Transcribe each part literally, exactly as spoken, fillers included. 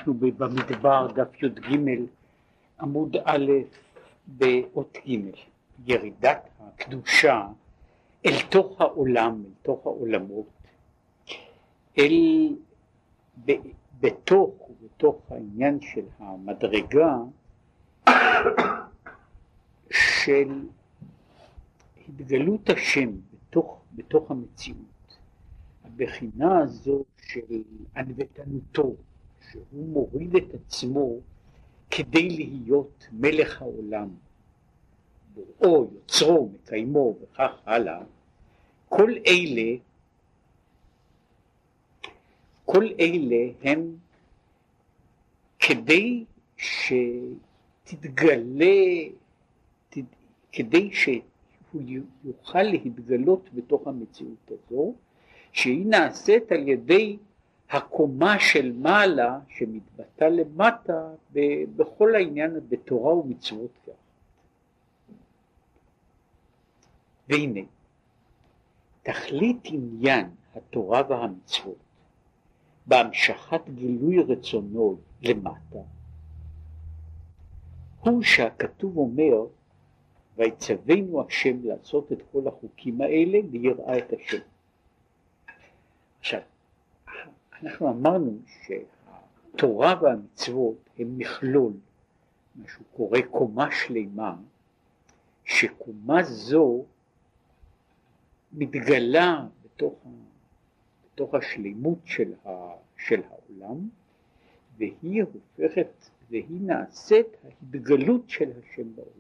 אנחנו במדבר דף י"ג עמוד א' באות ג', ירידת הקדושה אל תוך העולם, אל תוך העולמות, אל ב, בתוך בתוך העניין של המדרגה של התגלות השם בתוך בתוך המציאות, הבחינה הזו של ענוותנותו, שהוא מוריד את עצמו כדי להיות מלך העולם, בוראו, יוצרו, מקיימו וכך הלאה. כל אלה כל אלה הם כדי שתתגלה, תד... כדי שהוא יוכל להתגלות בתוך המציאות הזו, שהיא נעשית על ידי הקומה של מעלה שמתבטא למטה בכל העניין בתורה ומצוות כך. והנה, תכלית עניין התורה והמצוות בהמשכת גילוי רצונו למטה, הוא שהכתוב אומר, ויצווינו השם לעשות את כל החוקים האלה ליראה את השם. עכשיו, אנחנו אמרנו שהתורה והמצוות הם מכלול, מה שהוא קורא קומה שלמה, שקומה זו מתגלה בתוך, בתוך השלימות של, ה, של העולם, והיא הופכת, והיא נעשית ההתגלות של השם בעולם.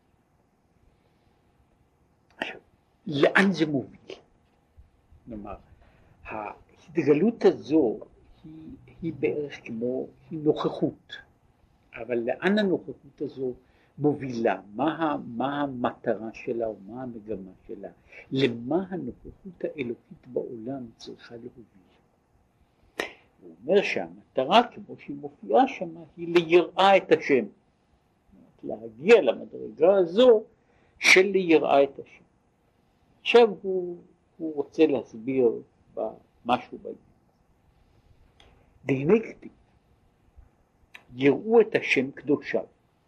עכשיו, לאן זה מוביל? כלומר, ההתגלות הזו היא, היא בערך כמו, היא נוכחות, אבל לאן הנוכחות הזו מובילה? מה, מה המטרה שלה או מה המגמה שלה? למה הנוכחות האלוקית בעולם צריכה להוביל? הוא אומר שהמטרה כמו שהיא מופיעה שם היא ליראה את השם, להגיע למדרגה הזו של ליראה את השם. עכשיו הוא, הוא רוצה להסביר משהו בעניין. והנה כתיב, יראו את השם קדושיו.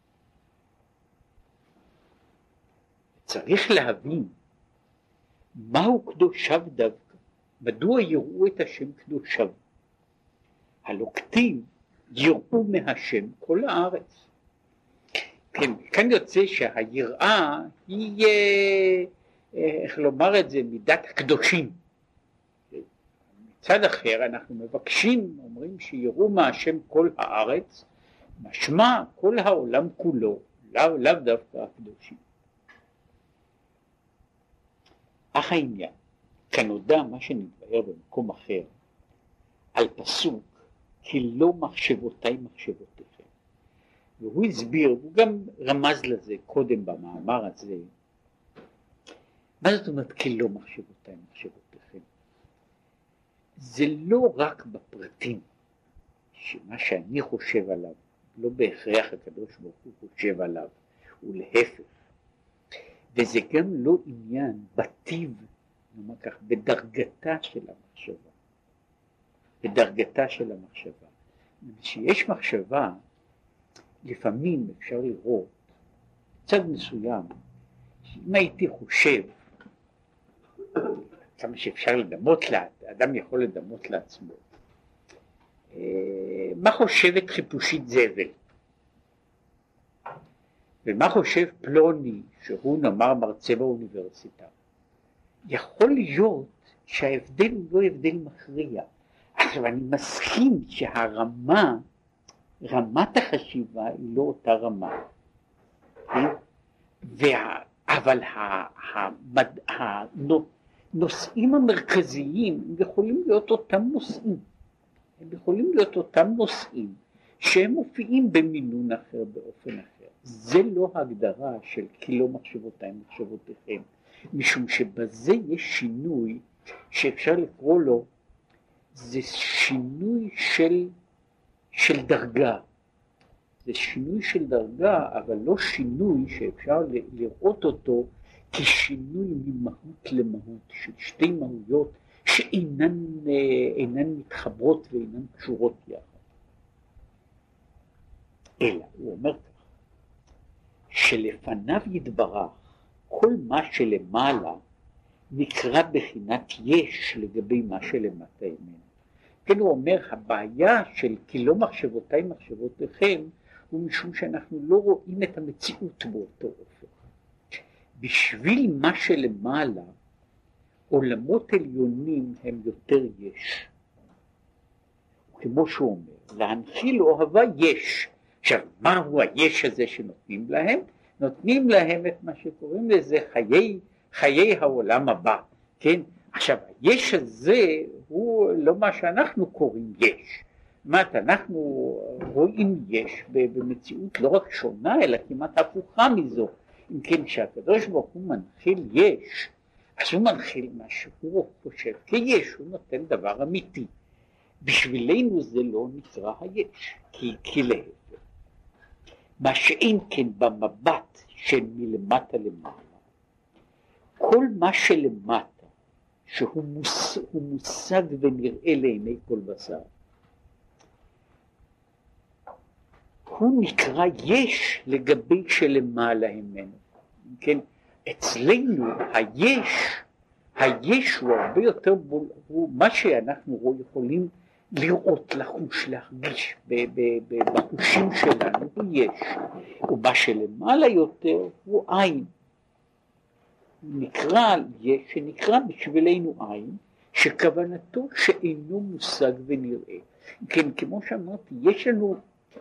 צריך להבין מהו קדושיו דווקא, מדוע יראו את השם קדושיו. הלא כתיב יראו מהשם כל הארץ. כן, כאן יוצא שהיראה היא, איך לומר את זה, מידת הקדושים. מצד אחר אנחנו מבקשים, אומרים שיראו מהשם כל הארץ, משמע כל העולם כולו, לאו לאו דווקא הקדושים. אך העניין, כנודע מה שנתבהר במקום אחר, על פסוק, כי לא מחשבותיי מחשבותיכם. והוא הסביר, הוא גם רמז לזה קודם במאמר הזה, מה זאת אומרת כי לא מחשבותיי מחשבותיכם? זה לא רק בפרטים, שמה שאני חושב עליו, לא בהכרח הקדוש ברוך הוא חושב עליו, ולהפך. וזה גם לא עניין בטיב, נאמר כך, בדרגתה של המחשבה. בדרגתה של המחשבה. שיש מחשבה, לפעמים אפשר לראות, צד מסוים, שאם הייתי חושב, כמה שאפשר לדמות לה, האדם יכול לדמות לעצמו. מה חושבת חיפושית זבל? ומה חושב פלוני, שהוא נאמר מרצה באוניברסיטה? יכול להיות שההבדל הוא לא הבדל מכריע. עכשיו אני מסכים שהרמה, רמת החשיבה היא לא אותה רמה. וה, אבל המד, הנושאים המרכזיים הם יכולים להיות אותם נושאים. הם יכולים להיות אותם נושאים שהם מופיעים במינון אחר, באופן אחר. זה לא הגדרה של כי לא מחשבותיי מחשבותיכם, משום שבזה יש שינוי שאפשר לקרוא לו, זה שינוי של, של דרגה. זה שינוי של דרגה, אבל לא שינוי שאפשר לראות אותו כשינוי ממהות למהות, של שתי מהויות שאינן אינן מתחברות ואינן קשורות יחד. אלא הוא אומר כך, שלפניו יתברך כל מה שלמעלה נקרא בחינת יש לגבי מה שלמטה ממנו. כן, הוא אומר, הבעיה של כי לא מחשבותיי מחשבותיכם, הוא משום שאנחנו לא רואים את המציאות באותו אופן. בשביל מה שלמעלה, עולמות עליונים הם יותר יש. כמו שהוא אומר, להנחיל אוהבה יש. עכשיו, מהו היש הזה שנותנים להם? נותנים להם את מה שקוראים לזה חיי, חיי העולם הבא. כן? עכשיו, היש הזה הוא לא מה שאנחנו קוראים יש. זאת אנחנו רואים יש במציאות לא רק שונה, אלא כמעט הפוכה מזו. אם כן, כשהקדוש ברוך הוא מנחיל יש, אז הוא מנחיל מה שהוא חושב כיש, הוא נותן דבר אמיתי. בשבילנו זה לא נקרא היש, כי, כי להפך. מה שאין כן במבט של מלמטה למעלה, כל מה שלמטה, שהוא מוס, מושג ונראה לעיני כל בשר, הוא נקרא יש לגבי שלמעלה ממנו. כן? אצלנו היש, היש הוא הרבה יותר בול, הוא מה שאנחנו יכולים לראות, לחוש, להרגיש בחושים שלנו, הוא יש. ומה שלמעלה יותר הוא עין. נקרא, שנקרא בשבילנו עין, שכוונתו שאינו מושג ונראה. כן, כמו שאמרתי, יש לנו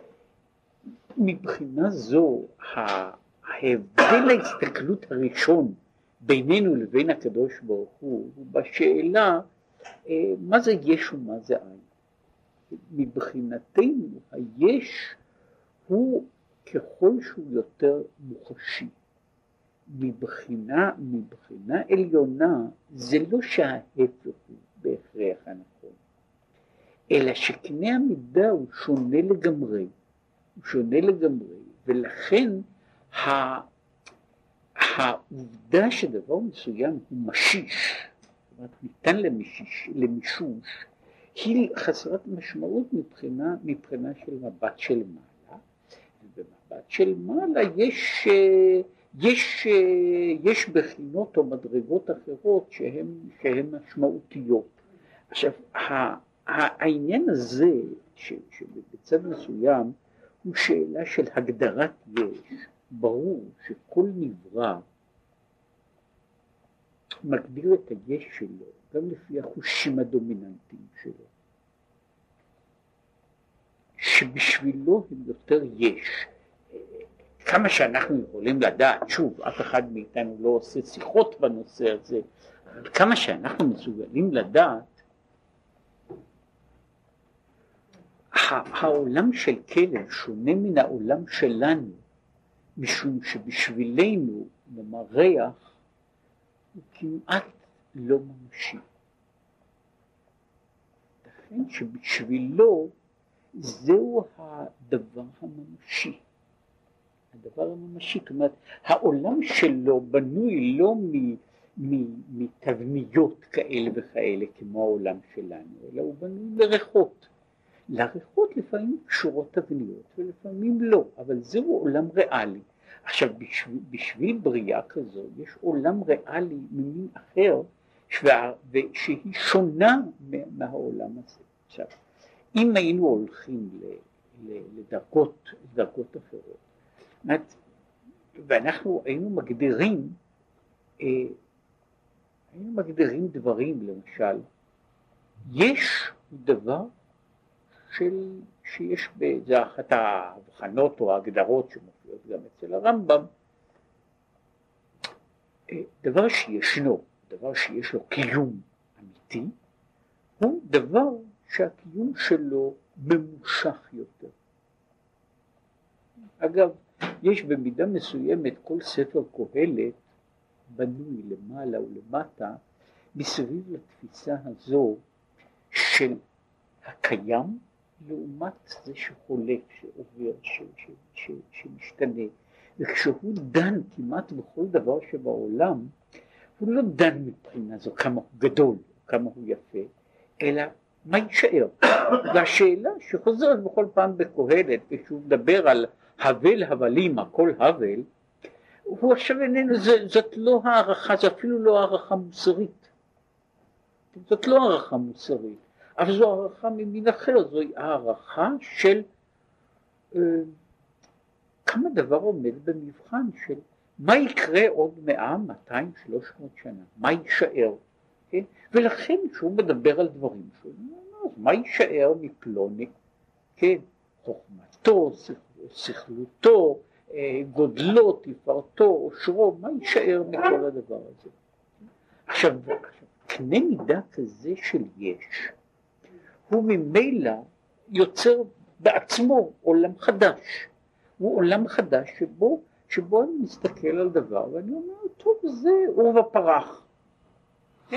מבחינה זו, ההבדל ההסתכלות הראשון בינינו לבין הקדוש ברוך הוא, הוא בשאלה מה זה יש ומה זה עין. מבחינתנו היש הוא ככל שהוא יותר מוחשי. מבחינה, מבחינה עליונה זה לא שההפך הוא בהכרח הנכון, אלא שקנה המידה הוא שונה לגמרי, הוא שונה לגמרי, ולכן העובדה שדבר מסוים הוא משיש, זאת אומרת ניתן למישוש, למישוש, היא חסרת משמעות מבחינה, מבחינה של מבט של מעלה, ובמבט של מעלה יש, יש, יש בחינות או מדרגות אחרות שהן, שהן משמעותיות. עכשיו, העניין הזה, שבצד מסוים, הוא שאלה של הגדרת יש. ברור שכל נברא מגדיר את היש שלו, גם לפי החושים הדומיננטיים שלו, שבשבילו הם יותר יש. כמה שאנחנו יכולים לדעת, שוב, אף אחד מאיתנו לא עושה שיחות בנושא הזה, אבל כמה שאנחנו מסוגלים לדעת, העולם של כלב שונה מן העולם שלנו, משום שבשבילנו, נאמר ריח, הוא כמעט לא ממשי. לכן שבשבילו זהו הדבר הממשי. הדבר הממשי, זאת אומרת, העולם שלו בנוי לא מ, מ, מתבניות כאלה וכאלה כמו העולם שלנו, אלא הוא בנוי לריחות. לריחות לפעמים קשורות תבניות ולפעמים לא, אבל זהו עולם ריאלי. עכשיו בשביל, בשביל בריאה כזו יש עולם ריאלי ממין אחר שהיא שונה מהעולם הזה. עכשיו אם היינו הולכים לדרגות, לדרגות אחרות, ואנחנו היינו מגדירים היינו מגדירים דברים, למשל יש דבר של, שיש בזה אחת ההבחנות או ההגדרות שמופיעות גם אצל הרמב"ם, דבר שישנו, דבר שיש לו קיום אמיתי, הוא דבר שהקיום שלו ממושך יותר. אגב, יש במידה מסוימת כל ספר קהלת בנוי למעלה ולמטה מסביב לתפיסה הזו של הקיים לעומת זה שחולק, שעובר, ש, ש, ש, שמשתנה. וכשהוא דן כמעט בכל דבר שבעולם, הוא לא דן מבחינה זו כמה הוא גדול, כמה הוא יפה, אלא מה יישאר? והשאלה שחוזרת בכל פעם בקהלת, כשהוא מדבר על הבל הבלים, הכל הבל, הוא עכשיו איננו, זאת לא הערכה, זה אפילו לא הערכה מוסרית. זאת לא הערכה מוסרית, אבל זו הערכה ממין אחר, זוהי הערכה של אה, כמה דבר עומד במבחן של מה יקרה עוד מאה, מאתיים, שלוש מאות שנה, מה יישאר, כן? ולכן כשהוא מדבר על דברים שלו, מה יישאר מפלוני, כן? חוכמתו, שכלותו, גודלו, תפארתו, עושרו, מה יישאר מכל הדבר הזה? עכשיו, קנה מידה כזה של יש, הוא ממילא יוצר בעצמו עולם חדש. הוא עולם חדש שבו, שבו אני מסתכל על דבר ואני אומר, טוב, זה עורב הפרח. זה,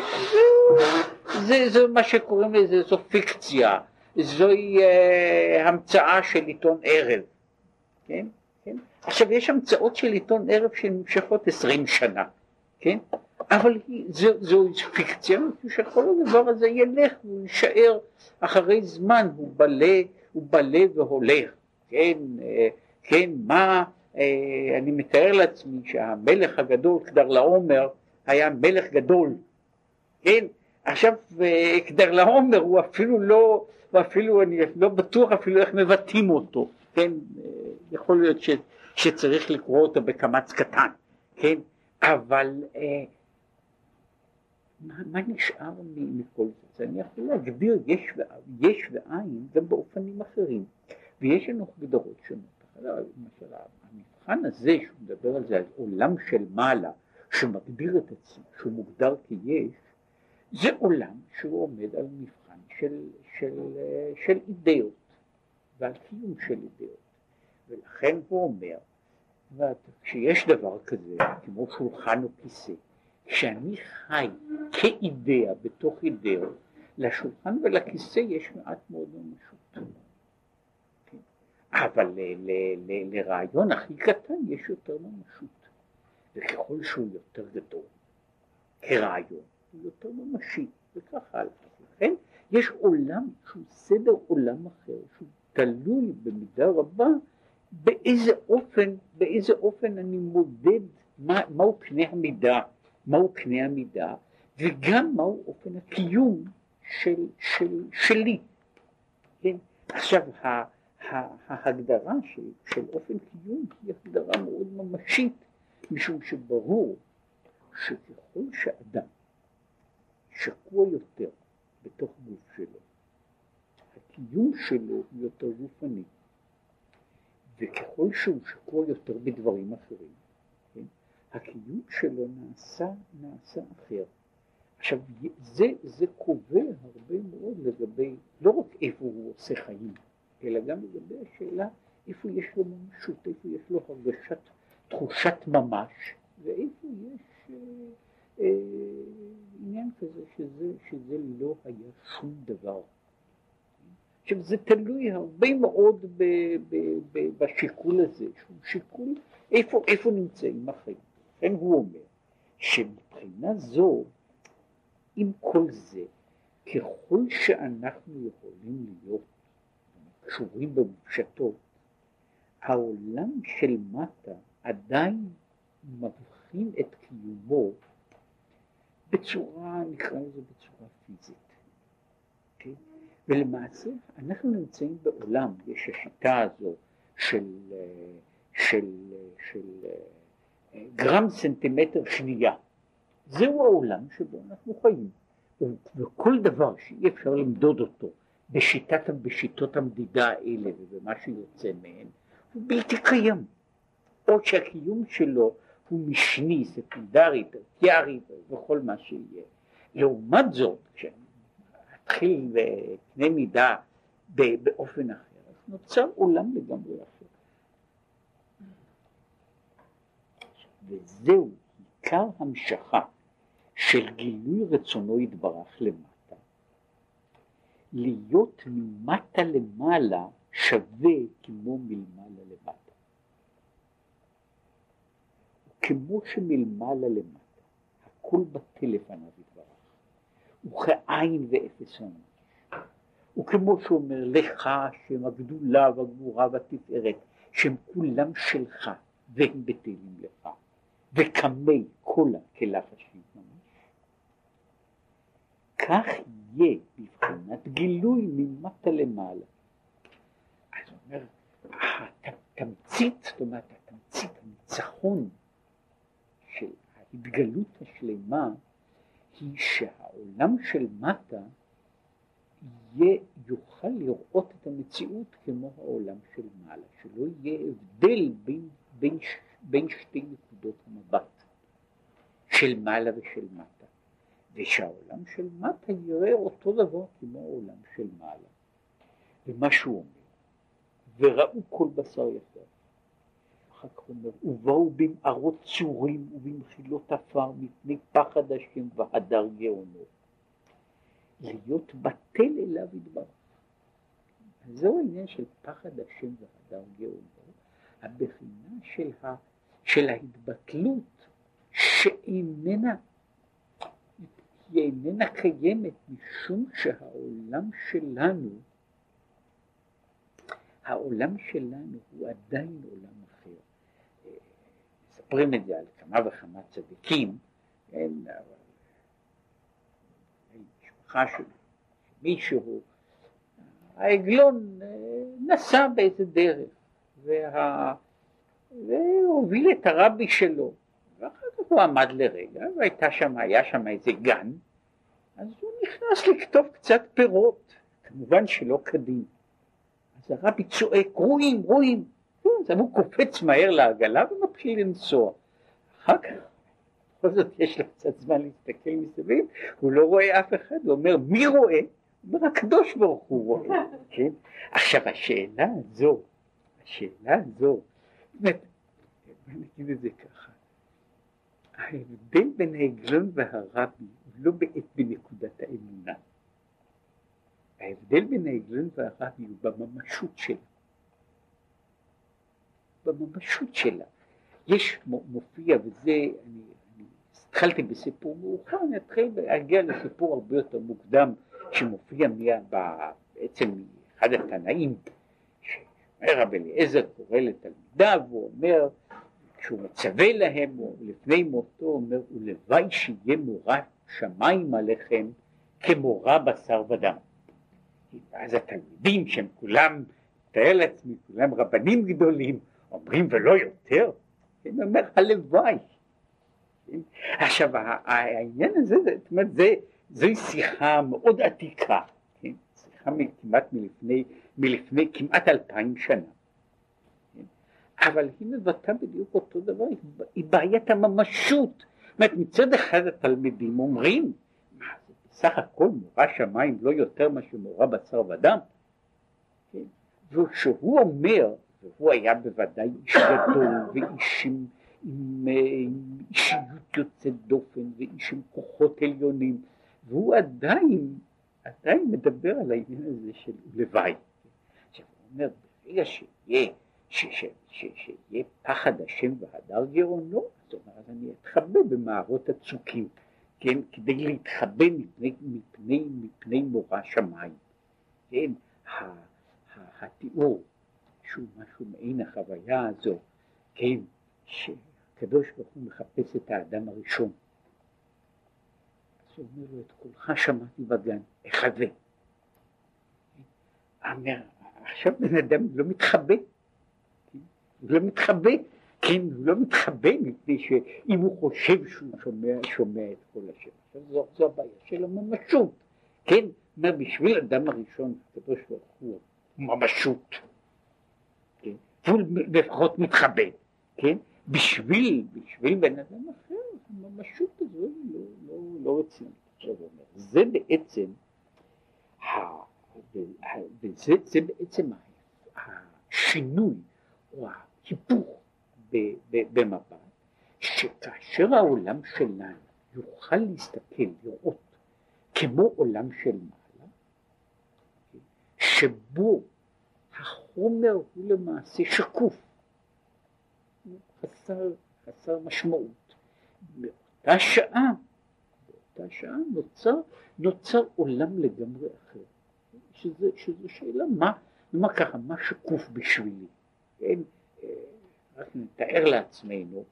זה, זה מה שקוראים לזה, זו פיקציה, זוהי אה, המצאה של עיתון ערב. כן? כן? עכשיו, יש המצאות של עיתון ערב שנמשכות עשרים שנה, כן? אבל זו, זו פיקציה, שכל הדבר הזה ילך והוא יישאר אחרי זמן, הוא בלה, הוא בלה והולך, כן? כן, מה, אני מתאר לעצמי שהמלך הגדול, כדרלעומר, היה מלך גדול, כן? עכשיו, כדרלעומר הוא אפילו לא, הוא אפילו, אני לא בטוח אפילו איך מבטאים אותו, כן? יכול להיות ש, שצריך לקרוא אותו בקמץ קטן, כן? אבל אה, מה, מה נשאר מכל זה? אני יכול להגדיר יש, יש ועין גם באופנים אחרים, ויש לנו הגדרות שונות. למשל, המבחן הזה שהוא מדבר על זה, על עולם של מעלה, שמגדיר את עצמו, שהוא מוגדר כיש, זה עולם שהוא עומד על מבחן של, של, של אידאות, ועל קיום של אידאות. ולכן הוא אומר, כשיש דבר כזה, כמו שולחן או כיסא, כשאני חי כאידאה בתוך אידאות, לשולחן ולכיסא יש מעט מאוד ממשות. אבל ל- ל- ל- לרעיון הכי קטן יש יותר ממשות. וככל שהוא יותר גדול, כרעיון, הוא יותר ממשי, וכך הלאה. לכן יש עולם שהוא סדר עולם אחר, שהוא תלוי במידה רבה, באיזה אופן, באיזה אופן אני מודד מה, מהו קנה המידה, מהו קנה המידה, וגם מהו אופן הקיום של, של, שלי. כן? עכשיו, ההגדרה של, של אופן קיום היא הגדרה מאוד ממשית, משום שברור שככל שאדם שקוע יותר בתוך גוף שלו, הקיום שלו הוא יותר גופני, וככל שהוא שקוע יותר בדברים אחרים, כן? הקיום שלו נעשה, נעשה אחר. עכשיו, זה, זה קובע הרבה מאוד לגבי, לא רק איפה הוא עושה חיים, אלא גם לגבי השאלה איפה יש לו ממשות, איפה יש לו הרגשת, תחושת ממש, ואיפה יש אה, אה, עניין כזה שזה, שזה לא היה שום דבר. עכשיו זה תלוי הרבה מאוד ב, ב, ב, בשיקול הזה, שהוא שיקול איפה, איפה נמצאים החיים. לכן הוא אומר שמבחינה זו, עם כל זה, ככל שאנחנו יכולים להיות קשורים במופשטות, העולם של מטה עדיין מבחין את קיומו בצורה, נקרא לזה בצורה פיזית. Okay? ולמעשה אנחנו נמצאים בעולם, יש השיטה הזו של, של, של, של גרם סנטימטר שנייה. זהו העולם שבו אנחנו חיים. וכל דבר שאי אפשר למדוד אותו בשיטת, בשיטות המדידה האלה ובמה שיוצא מהן, הוא בלתי קיים. או שהקיום שלו הוא משני, סקונדרי, טרטיארי וכל מה שיהיה. לעומת זאת, כשנתחיל בקנה מידה באופן אחר, אז נוצר עולם לגמרי אחר. וזהו עיקר המשכה של גילוי רצונו יתברך למטה, להיות ממטה למעלה שווה כמו מלמעלה למטה. כמו שמלמעלה למטה, הכל בטל לפניו יתברך, וכעין ואפס ממש. וכמו שאומר לך שהם הגדולה והגבורה והתפארת, שהם כולם שלך והם בטלים לך, וקמי קולה כלחשים ממש, כך יהיה בבחינת גילוי ממטה למעלה. אז הוא אומר, התמצית, זאת אומרת, התמצית, הניצחון של ההתגלות השלמה, היא שהעולם של מטה יהיה, יוכל לראות את המציאות כמו העולם של מעלה, שלא יהיה הבדל בין, בין, בין שתי נקודות המבט, של מעלה ושל מטה, ושהעולם של מטה יראה אותו דבר כמו העולם של מעלה. ומה שהוא אומר, וראו כל בשר יחדיו, אחר כך אומר, ובאו במערות צורים ובמחילות עפר מפני פחד השם והדר גאונו, להיות בטל אליו יתברך. זהו העניין של פחד השם והדר גאונו, הבחינה של, ה, של ההתבטלות שאיננה, היא איננה קיימת, משום שהעולם שלנו, העולם שלנו הוא עדיין עולם אחר. מספרים את זה על כמה וכמה צדיקים, אין, אבל משפחה של מישהו, העגלון נסע באיזה דרך, וה... והוביל את הרבי שלו, ואחר כך הוא עמד לרגע, והייתה שם, היה שם איזה גן, אז הוא נכנס לכתוב קצת פירות, כמובן שלא קדים. אז הרבי צועק, רואים, רואים, אז הוא קופץ מהר לעגלה ומתחיל לנסוע. אחר כך, בכל זאת יש לו קצת זמן להסתכל מסביב, הוא לא רואה אף אחד, הוא אומר, מי רואה? הוא אומר, הקדוש ברוך הוא רואה. כן? עכשיו השאלה הזו, השאלה הזו, באמת, אני אגיד את זה ככה, ההבדל בין העגלון והרבי הוא לא בעת בנקודת האמונה. ההבדל בין העגלון והרבי הוא בממשות שלה. בממשות שלה. יש מופיע, וזה, אני, אני התחלתי בסיפור מאוחר, אני אתחיל להגיע לסיפור הרבה יותר מוקדם, שמופיע מיה, בעצם אחד התנאים, שאומר רבי אליעזר קורא לתלמידיו, הוא אומר, כשהוא מצווה להם, או לפני מותו, הוא אומר, ולוואי שיהיה מורא שמיים עליכם, כמורא בשר ודם. ואז התלמידים שהם כולם, תאר לעצמי, כולם רבנים גדולים, אומרים ולא יותר, הוא אומר, הלוואי. עכשיו, העניין הזה, זאת אומרת, זה, זוהי שיחה מאוד עתיקה, כן? שיחה כמעט מלפני, מלפני כמעט אלפיים שנה. כן? אבל היא מבטאה בדיוק אותו דבר, היא בעיית הממשות. זאת אומרת, מצד אחד התלמידים אומרים, מה זה בסך הכל מורא שמיים לא יותר מה שמורא בשר ודם? כן? וכשהוא אומר, והוא היה בוודאי איש גדול ואיש עם, עם, עם אישיות יוצאת דופן ואיש עם כוחות עליונים, והוא עדיין, עדיין מדבר על העניין הזה של לוואי. עכשיו הוא אומר, ברגע שיהיה, ש, ש, ש, שיהיה פחד השם והדר גאונו, זאת אומרת, אז אני אתחבא במערות הצוקים, כן, כדי להתחבא מפני, מפני, מפני מורא שמיים. כן, התיאור, שהוא משהו מעין החוויה הזו, כן, שהקדוש ברוך הוא מחפש את האדם הראשון. אז הוא אומר לו, את כולך שמעתי בגן, אחווה. אומר, עכשיו בן אדם לא מתחבא, כן? הוא לא מתחבא, כן, הוא לא מתחבא מפני שאם הוא חושב שהוא שומע, שומע את כל השם. עכשיו זו, זו הבעיה של הממשות, כן, אומר, בשביל אדם הראשון, הקדוש ברוך הוא ממשות, כן? והוא לפחות מתחבא, כן? בשביל, בשביל בן אדם אחר, הממשות הזו לא, לא, לא רצינית. זה בעצם, וזה, זה בעצם השינוי או ההיפוך במבט, שכאשר העולם שלנו יוכל להסתכל, לראות כמו עולם של מעלה, שבו החומר הוא למעשה שקוף, הוא חסר, חסר משמעות. באותה שעה, באותה שעה נוצר, נוצר עולם לגמרי אחר, שזה, שזה שאלה מה, נאמר ככה, מה שקוף בשבילי, כן? רק נתאר לעצמנו,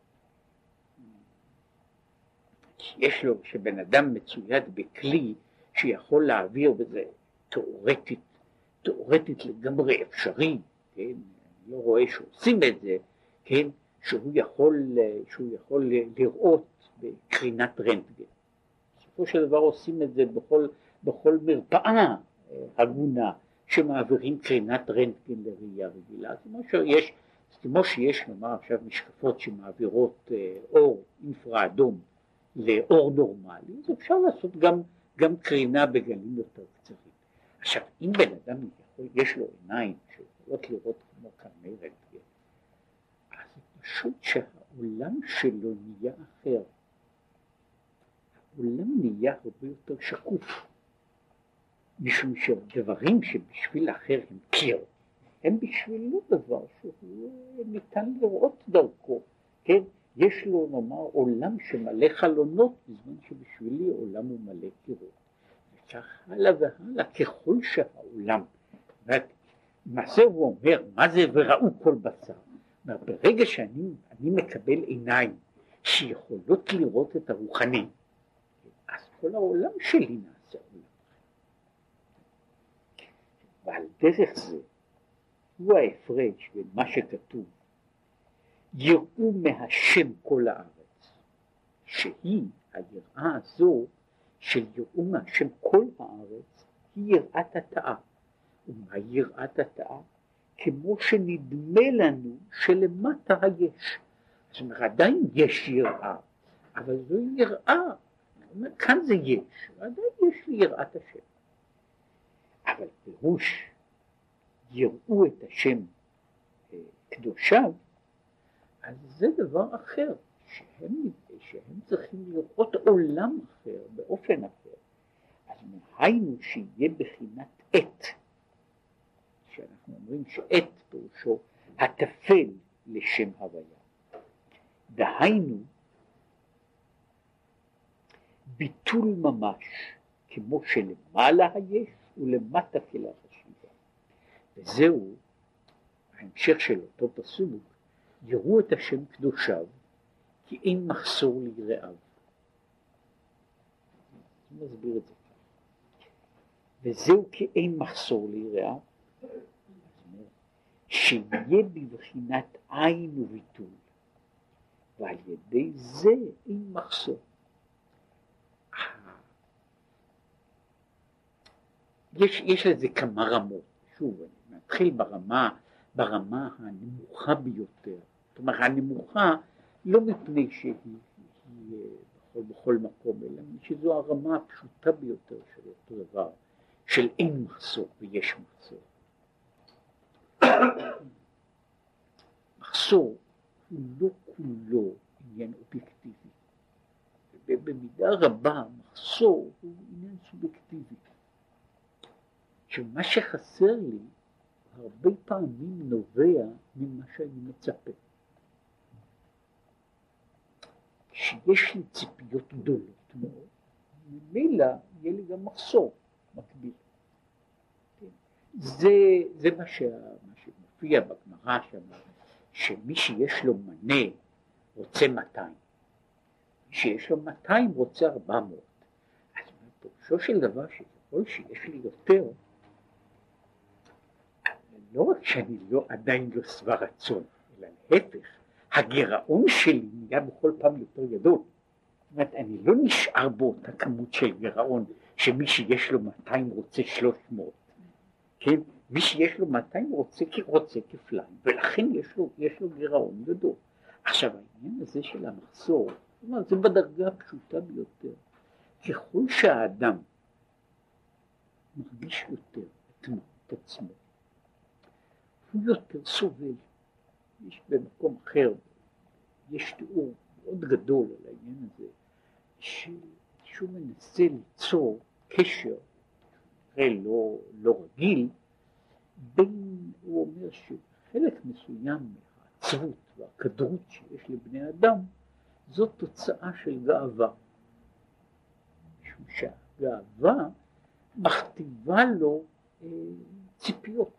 יש לו, שבן אדם מצויד בכלי שיכול להעביר בזה תיאורטית, תיאורטית לגמרי אפשרי, כן? אני לא רואה שעושים את זה, כן? שהוא יכול, שהוא יכול לראות בקרינת רנטגן. בסופו של דבר עושים את זה בכל, בכל מרפאה הגונה שמעבירים קרינת רנטגן לראייה רגילה, כמו שיש, כמו שיש נאמר עכשיו משקפות שמעבירות אור אינפרה אדום לאור נורמלי, אז אפשר לעשות גם, גם קרינה בגלים יותר קצרים. עכשיו, אם בן אדם יכול, יש לו עיניים שיכולות לראות כמו קרני רנטגן, אז פשוט שהעולם שלו נהיה אחר. העולם נהיה הרבה יותר שקוף, משום שדברים שבשביל אחר הם קיר, הם בשבילו דבר שהוא ניתן לראות דרכו, כן? יש לו נאמר עולם שמלא חלונות, בזמן שבשבילי עולם הוא מלא קירות. וכך הלאה והלאה, ככל שהעולם, מה זה הוא אומר, מה זה וראו כל בשר? ברגע שאני אני מקבל עיניים שיכולות לראות את הרוחני, אז כל העולם שלי נעשה עולם אחר. ועל דרך זה הוא ההפרש בין מה שכתוב יראו מהשם כל הארץ, שהיא היראה הזו של יראו מהשם כל הארץ היא יראת התאה. ומה יראת התאה? כמו שנדמה לנו שלמטה היש. זאת אומרת, עדיין יש יראה, אבל זו יראה, כאן זה יש, עדיין יש לי יראת השם. אבל פירוש יראו את השם קדושיו, אז זה דבר אחר, שהם, שהם צריכים לראות עולם אחר, באופן אחר. אז מהיינו שיהיה בחינת עת, שאנחנו אומרים שעת פירושו הטפל לשם הוויה. דהיינו, ביטול ממש, כמו שלמעלה היש ולמטה כלה חשיבה. וזהו ההמשך של אותו פסוק, יראו את השם קדושיו, כי אין מחסור ליראיו. אני מסביר את זה כאן. וזהו כי אין מחסור ליראיו, שיהיה בבחינת עין וביטול, ועל ידי זה אין מחסור. יש, יש לזה כמה רמות. שוב, אני מתחיל ברמה, ברמה הנמוכה ביותר. זאת אומרת, הנמוכה לא מפני שהיא היא, בכל, בכל מקום, אלא שזו הרמה הפשוטה ביותר של אותו דבר, של אין מחסור ויש מחסור. מחסור הוא לא כולו עניין אובייקטיבי. במידה רבה מחסור הוא עניין סובייקטיבי. שמה שחסר לי הרבה פעמים נובע ממה שאני מצפה. שיש לי ציפיות גדולות מאוד, ממילא יהיה לי גם מחסור מקביל. זה, זה מה, ש... מה שמופיע בגמרא שם, שמי שיש לו מנה רוצה מאתיים, מי שיש לו מאתיים רוצה ארבע מאות. אז פירושו של דבר שככל שיש לי יותר, לא רק שאני לא, עדיין לא שבע רצון, אלא להפך, הגירעון שלי נהיה בכל פעם יותר גדול. זאת אומרת, אני לא נשאר באותה כמות של גירעון, שמי שיש לו מאתיים רוצה שלוש מאות. כן? מי שיש לו מאתיים רוצה, רוצה כפליים, ולכן יש לו, יש לו גירעון גדול. עכשיו, העניין הזה של המחסור, זאת אומרת, זה בדרגה הפשוטה ביותר. ככל שהאדם מרגיש יותר את, את עצמו, הוא יותר סובל. יש במקום אחר, יש תיאור מאוד גדול על העניין הזה, שהוא מנסה ליצור קשר, הרי לא, לא רגיל, בין, הוא אומר שחלק מסוים מהעצבות והכדרות שיש לבני אדם, זאת תוצאה של גאווה. משום שהגאווה מכתיבה לו ציפיות.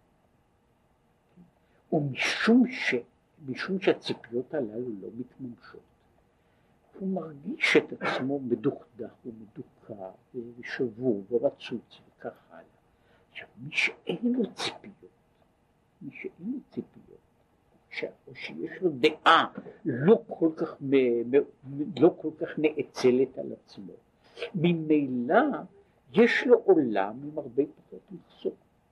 ומשום ש, משום שהציפיות הללו לא מתממשות, הוא מרגיש את עצמו מדוכדך ומדוכא ושבור ורצוץ וכך הלאה. עכשיו, מי שאין לו ציפיות, מי שאין לו ציפיות, או שיש לו דעה לא כל כך, לא כל כך נאצלת על עצמו, ממילא יש לו עולם עם הרבה פחות מחסור.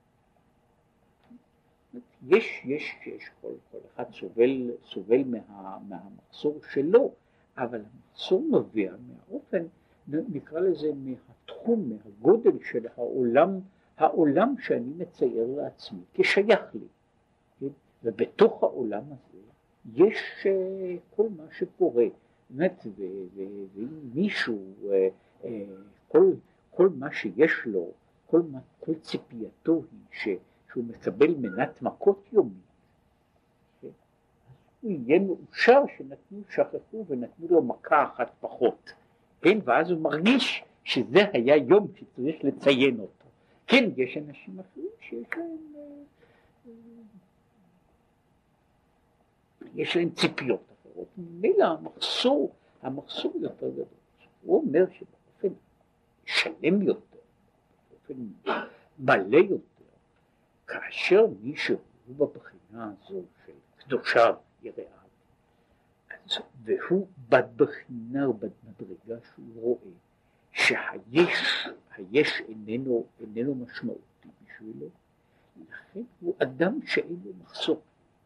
יש, יש, יש, כל, כל אחד סובל, סובל מה, מהמחסור שלו, אבל המחסור נובע מהאופן, נקרא לזה מהתחום, מהגודל של העולם, העולם שאני מצייר לעצמי כשייך לי. כן? ובתוך העולם הזה יש uh, כל מה שקורה, באמת, ואם מישהו, uh, uh, כל, כל מה שיש לו, כל, מה, כל ציפייתו היא ש... שהוא מקבל מנת מכות יומית, כן? הוא יהיה מאושר שנתנו, שכחו ונתנו לו מכה אחת פחות, כן? ואז הוא מרגיש שזה היה יום שצריך לציין אותו. כן, יש אנשים אחרים שיש להם, יש להם ציפיות אחרות, ממילא המחסור, המחסור יותר גדול. הוא אומר שבאופן שלם יותר, באופן מלא יותר, כאשר מישהו הוא בבחינה הזו של קדושיו יראיו, והוא בבחינה ובמדרגה שהוא רואה שהיש, היש איננו, איננו משמעותי בשבילו, לכן הוא אדם שאין לו מחסור.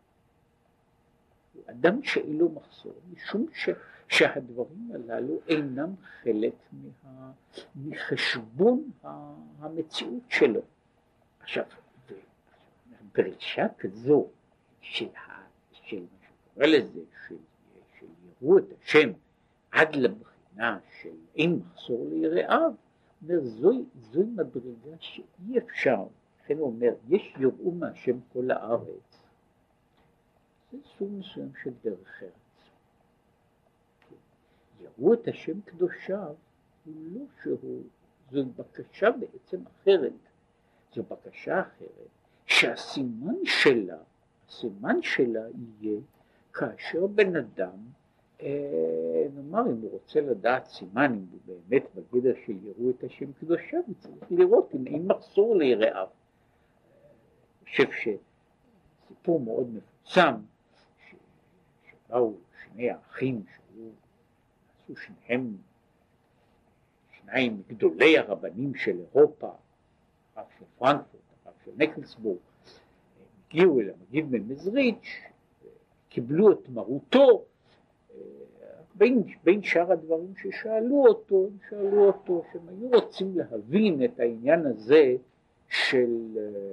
הוא אדם שאין לו מחסור, משום ש, שהדברים הללו אינם חלק מה, מחשבון המציאות שלו. עכשיו, דרישה כזו של, של מה שקורא לזה, של, של יראו את השם עד לבחינה של אין מחסור ליראיו, אומר זוהי, זוהי מדרגה שאי אפשר. לכן הוא אומר, יש יראו מהשם כל הארץ. זה סוג מסוים של דרך ארץ. יראו את השם קדושיו, הוא לא שהוא, זו בקשה בעצם אחרת. זו בקשה אחרת. שהסימן שלה, הסימן שלה יהיה כאשר בן אדם, אה, נאמר אם הוא רוצה לדעת סימן, אם הוא באמת בגדר של יראו את השם קדושיו, הוא צריך לראות אם אין מחסור ליראיו. אני חושב שסיפור מאוד מפורסם, שבאו שני האחים שהיו, עשו שניהם, שניים גדולי הרבנים של אירופה, הרב של פרנקפורט, של נקלסבורג, הגיעו אל המגיד ממזריץ', קיבלו את מרותו, בין, בין שאר הדברים ששאלו אותו, הם שאלו אותו שהם היו רוצים להבין את העניין הזה של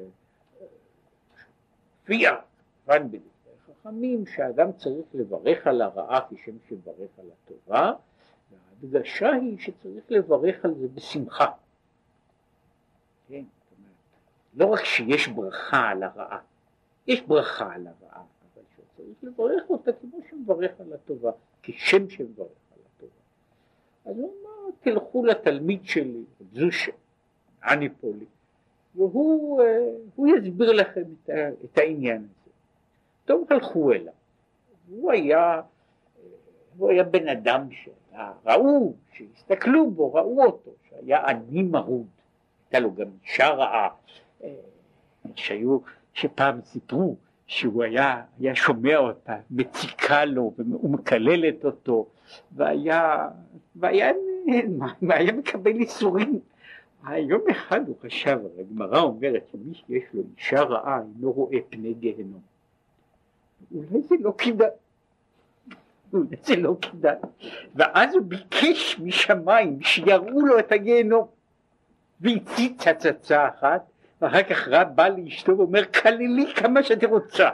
פיה, כמובן בדברי חכמים, שהאדם צריך לברך על הרעה כשם שברך על הטובה, וההדגשה היא שצריך לברך על זה בשמחה. כן? לא רק שיש ברכה על הרעה, יש ברכה על הרעה, אבל שצריך לברך אותה כמו שמברך על הטובה, כשם שמברך על הטובה. אז הוא אמר, תלכו לתלמיד שלי, זושה, אני פה לי, והוא הוא יסביר לכם את, את העניין הזה. טוב, הלכו אליו. הוא היה, הוא היה בן אדם שראו, שהסתכלו בו, ראו אותו, שהיה עני מרוד, הייתה לו גם אישה רעה, שהיו, שפעם סיפרו שהוא היה, היה שומע אותה, מציקה לו ומקללת אותו, והיה, והיה, והיה מקבל איסורים. יום אחד הוא חשב, הגמרא אומרת שמי שיש לו אישה רעה אינו רואה פני גיהנום. אולי זה לא כדאי, אולי זה לא כדאי. ואז הוא ביקש משמיים שיראו לו את הגיהנום, והציץ הצצה אחת, ואחר כך רב בא לאשתו ואומר, כללי כמה שאתה רוצה.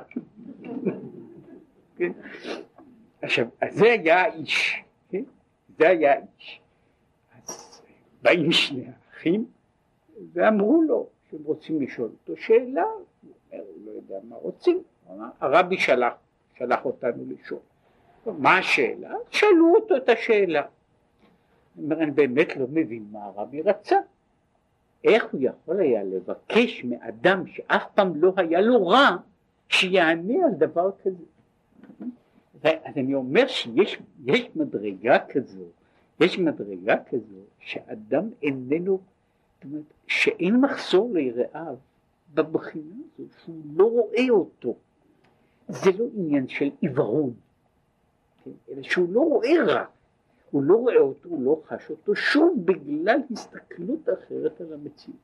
כן? עכשיו, זה היה האיש, כן? זה היה האיש. אז באים שני האחים ואמרו לו שהם רוצים לשאול אותו שאלה, הוא אומר, הוא לא יודע מה רוצים, הרבי שלח, שלח אותנו לשאול. מה השאלה? שאלו אותו את השאלה. הוא אומר, אני באמת לא מבין מה הרבי רצה. איך הוא יכול היה לבקש מאדם שאף פעם לא היה לו רע, שיענה על דבר כזה? אז אני אומר שיש יש מדרגה כזו, יש מדרגה כזו שאדם איננו, זאת אומרת, שאין מחסור ליראיו בבחינה הזו, שהוא לא רואה אותו. זה לא עניין של עיוורון, כן? אלא שהוא לא רואה רע, הוא לא רואה אותו, הוא לא חש אותו, שוב בגלל הסתכלות אחרת על המציאות.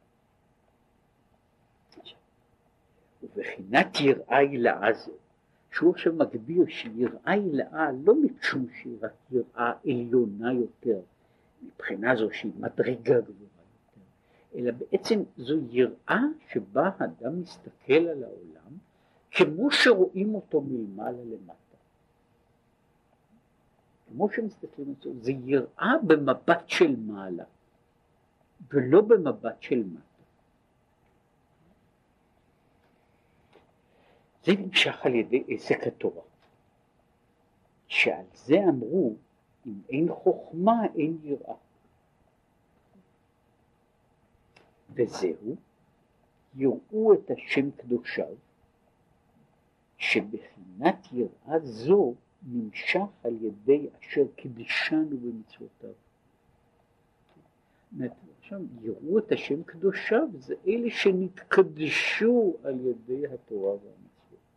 ובחינת יראה הילאה זו, שהוא עכשיו מגדיר שיראה הילאה לא משום שהיא רק יראה עליונה יותר, מבחינה זו שהיא מדרגה גבוהה יותר, אלא בעצם זו יראה שבה האדם מסתכל על העולם כמו שרואים אותו מלמעלה למטה. כמו שמסתכלים על זה, זה יראה במבט של מעלה ולא במבט של מטה. זה נמשך על ידי עסק התורה, שעל זה אמרו אם אין חוכמה אין יראה. וזהו, יראו את השם קדושיו, שבחינת יראה זו נמשך על ידי אשר קידשנו במצוותיו. עכשיו, יראו את השם קדושיו, זה אלה שנתקדשו על ידי התורה והמצוות.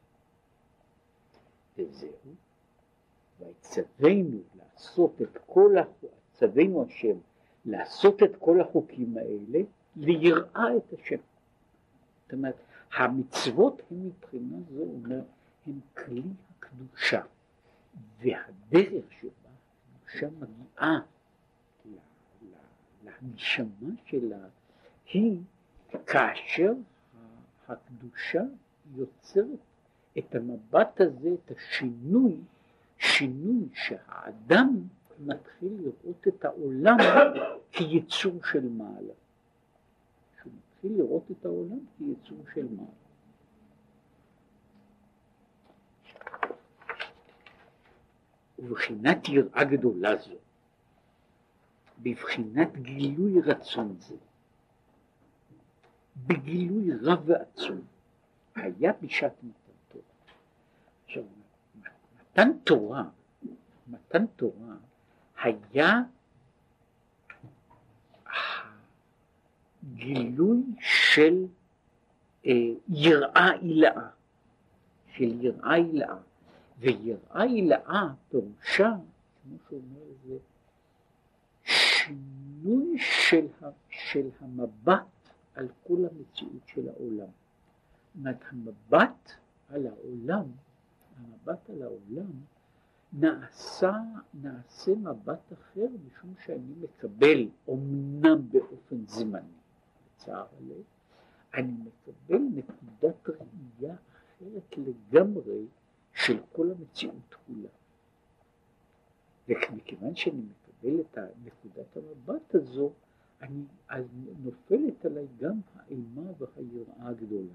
וזהו, ויצווינו לעשות את כל החוקים, צווינו השם לעשות את כל החוקים האלה, ליראה את השם. זאת אומרת, המצוות הן מבחינה זו, אומר, הן כלי הקדושה, והדרך שבה הקדושה מגיעה להנשמה שלה, היא כאשר הקדושה יוצרת את המבט הזה, את השינוי, שינוי שהאדם מתחיל לראות את העולם כיצור של מעלה. שהוא מתחיל לראות את העולם כיצור של מעלה. ובחינת יראה גדולה זו, בבחינת גילוי רצון זה, בגילוי רב ועצום, היה בשעת מתן תורה. עכשיו, מתן תורה, מתן תורה היה גילוי של אה, יראה הילאה, של יראה הילאה, ויראה הילאה פירושה, כמו שאומר זה, שינוי של, של המבט על כל המציאות של העולם. זאת אומרת, המבט על העולם, המבט על העולם, נעשה, נעשה מבט אחר, משום שאני מקבל, אומנם באופן זמני, בצער הלב, אני מקבל נקודת ראייה אחרת לגמרי של כל המציאות כולה. וכיוון שאני מקבל את נקודת המבט הזו, אני, אז נופלת עליי גם האימה והיראה הגדולה.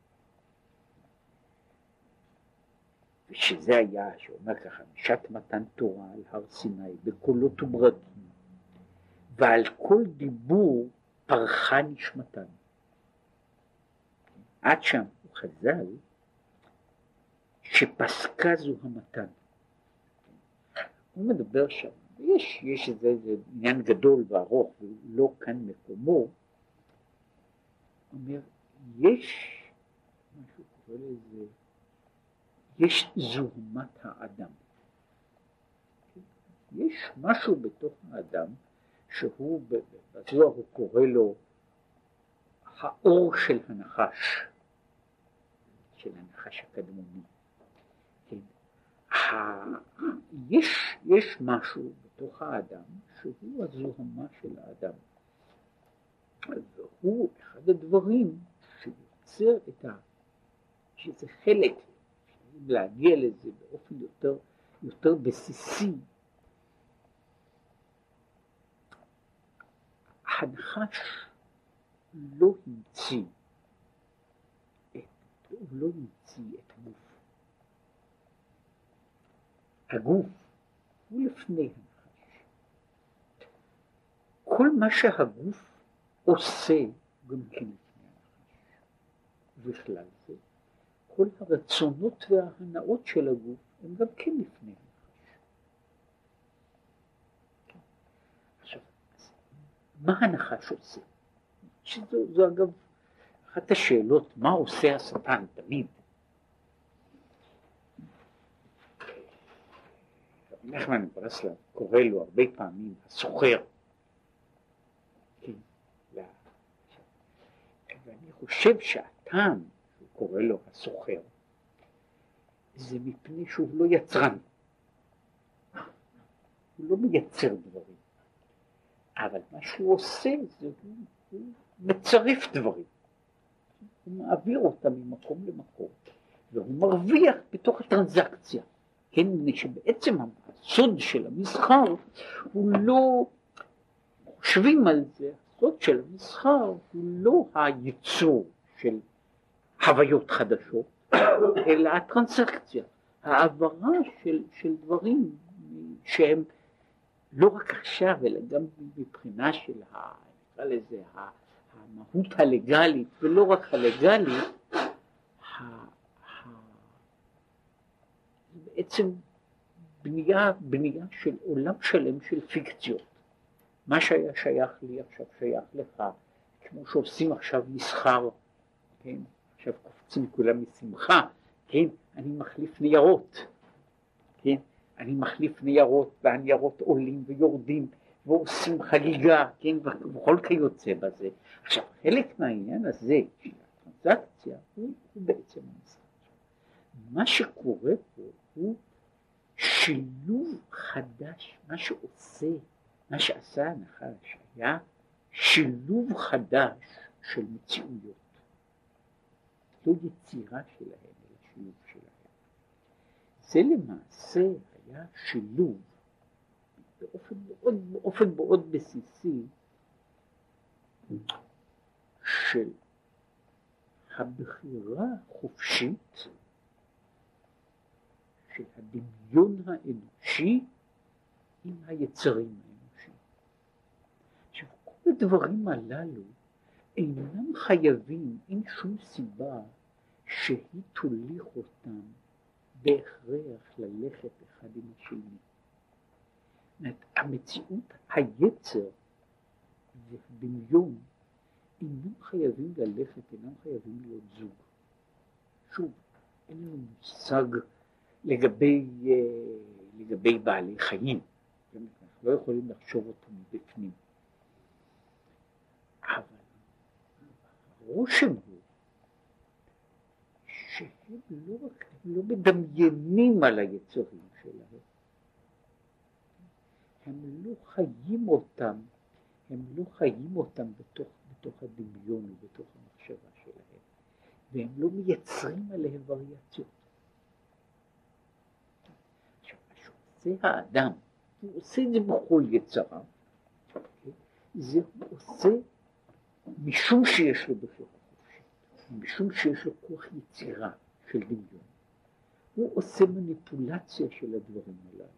ושזה היה, שאומר ככה, בשעת מתן תורה על הר סיני, בקולות וברקים, ועל כל דיבור פרחה נשמתן. עד שם הוא חז"ל, שפסקה זו המתן. הוא מדבר שם, יש, יש איזה, איזה עניין גדול וארוך, ולא כאן מקומו, אומר, יש, משהו קורא לזה, יש זוהמת האדם. יש משהו בתוך האדם, שהוא, בזוהר הוא קורא לו, האור של הנחש, של הנחש הקדמוני. יש, יש משהו בתוך האדם שהוא הזוהמה של האדם. והוא אחד הדברים שיוצר את ה... שזה חלק, להגיע לזה באופן יותר, יותר בסיסי. הנחש לא המציא את, הוא לא המציא את הגוף. הגוף הוא לפני הנחש. כל מה שהגוף עושה גם כן לפני הנחש. ובכלל זה, כל הרצונות וההנאות של הגוף הם גם כן לפני הנחש. עכשיו, מה הנחש עושה? שזו, זו אגב אחת השאלות, מה עושה השטן תמיד? נחמן ברסלב קורא לו הרבה פעמים הסוחר. כן, ואני חושב שהטעם שהוא קורא לו הסוחר זה מפני שהוא לא יצרן, הוא לא מייצר דברים, אבל מה שהוא עושה זה הוא, הוא מצרף דברים, הוא מעביר אותם ממקום למקום והוא מרוויח בתוך הטרנזקציה. כן, שבעצם הסוד של המסחר הוא לא, חושבים על זה, הסוד של המסחר הוא לא הייצור של חוויות חדשות, אלא הטרנסקציה, העברה של, של דברים שהם לא רק עכשיו, אלא גם מבחינה של ה, נקרא לזה, המהות הלגלית, ולא רק הלגלית, בעצם בנייה, בנייה של עולם שלם של פיקציות. מה שהיה שייך לי עכשיו שייך לך, כמו שעושים עכשיו מסחר, כן? עכשיו קופצים כולם משמחה, כן? אני מחליף ניירות, כן? אני מחליף ניירות, והניירות עולים ויורדים, ועושים חגיגה, כן? וכל כיוצא בזה. עכשיו, חלק מהעניין הזה, של הטרנזקציה, הוא, הוא בעצם המסחר. מה שקורה פה, הוא שילוב חדש, מה שעושה, מה שעשה הנחש היה שילוב חדש של מציאויות. לא יצירה שלהם, אלא שילוב שלהם. זה למעשה היה שילוב באופן מאוד, באופן מאוד בסיסי של הבחירה החופשית של הדמיון האנושי עם היצרים האנושיים. עכשיו, כל הדברים הללו אינם חייבים, אין שום סיבה שהיא תוליך אותם בהכרח ללכת אחד עם השני. המציאות, היצר והדמיון אינם חייבים ללכת, אינם חייבים להיות זוג. שוב, אין לנו מושג לגבי, לגבי בעלי חיים, אנחנו לא יכולים לחשוב אותם בפנים. אבל הרושם הוא שהם לא, הם לא מדמיינים על היצרים שלהם, הם לא חיים אותם, הם לא חיים אותם בתוך, בתוך הדמיון ובתוך המחשבה שלהם, והם לא מייצרים עליהם וריאציות. זה האדם, הוא עושה את זה בכל יצרה, זה הוא עושה משום שיש לו בחירה חופשית, משום שיש לו כוח יצירה של דמיון, הוא עושה מניפולציה של הדברים הללו.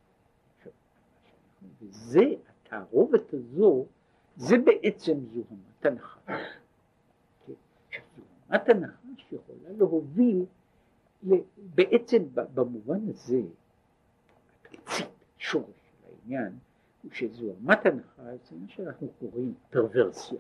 וזה, התערובת הזו, זה בעצם זוהמת הנחש. זוהמת הנחש יכולה להוביל, בעצם במובן הזה, שורש של העניין הוא שזוהמת הנחש זה מה שאנחנו קוראים פרוורסיה.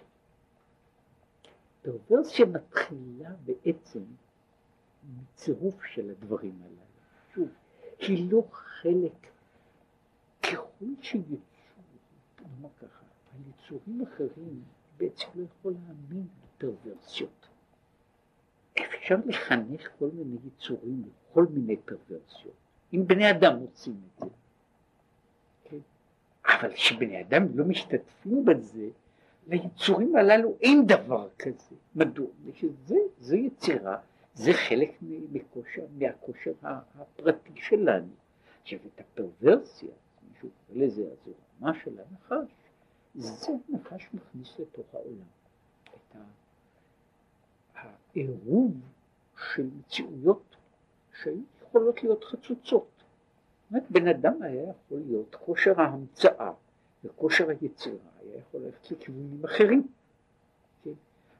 פרוורסיה מתחילה בעצם מצירוף של הדברים הללו. שוב, היא לא חלק, ככל שיצור, נאמר ככה, על יצורים אחרים בעצם לא יכול להאמין בפרוורסיות. אפשר לחנך כל מיני יצורים לכל מיני פרוורסיות. אם בני אדם רוצים את זה. כן? אבל כשבני אדם לא משתתפים בזה, ליצורים הללו אין דבר כזה. מדוע? שזה, זה יצירה, זה חלק מכושר, מהכושר הפרטי שלנו. עכשיו, את הפרוורסיה, מישהו קורא לזה הזוהמה של הנחש, זה הנחש מכניס לתוך העולם. את העירוב של מציאויות שהיו יכולות להיות חצוצות. זאת אומרת, בן אדם היה יכול להיות, כושר ההמצאה וכושר היצירה היה יכול ללכת לכיוונים אחרים.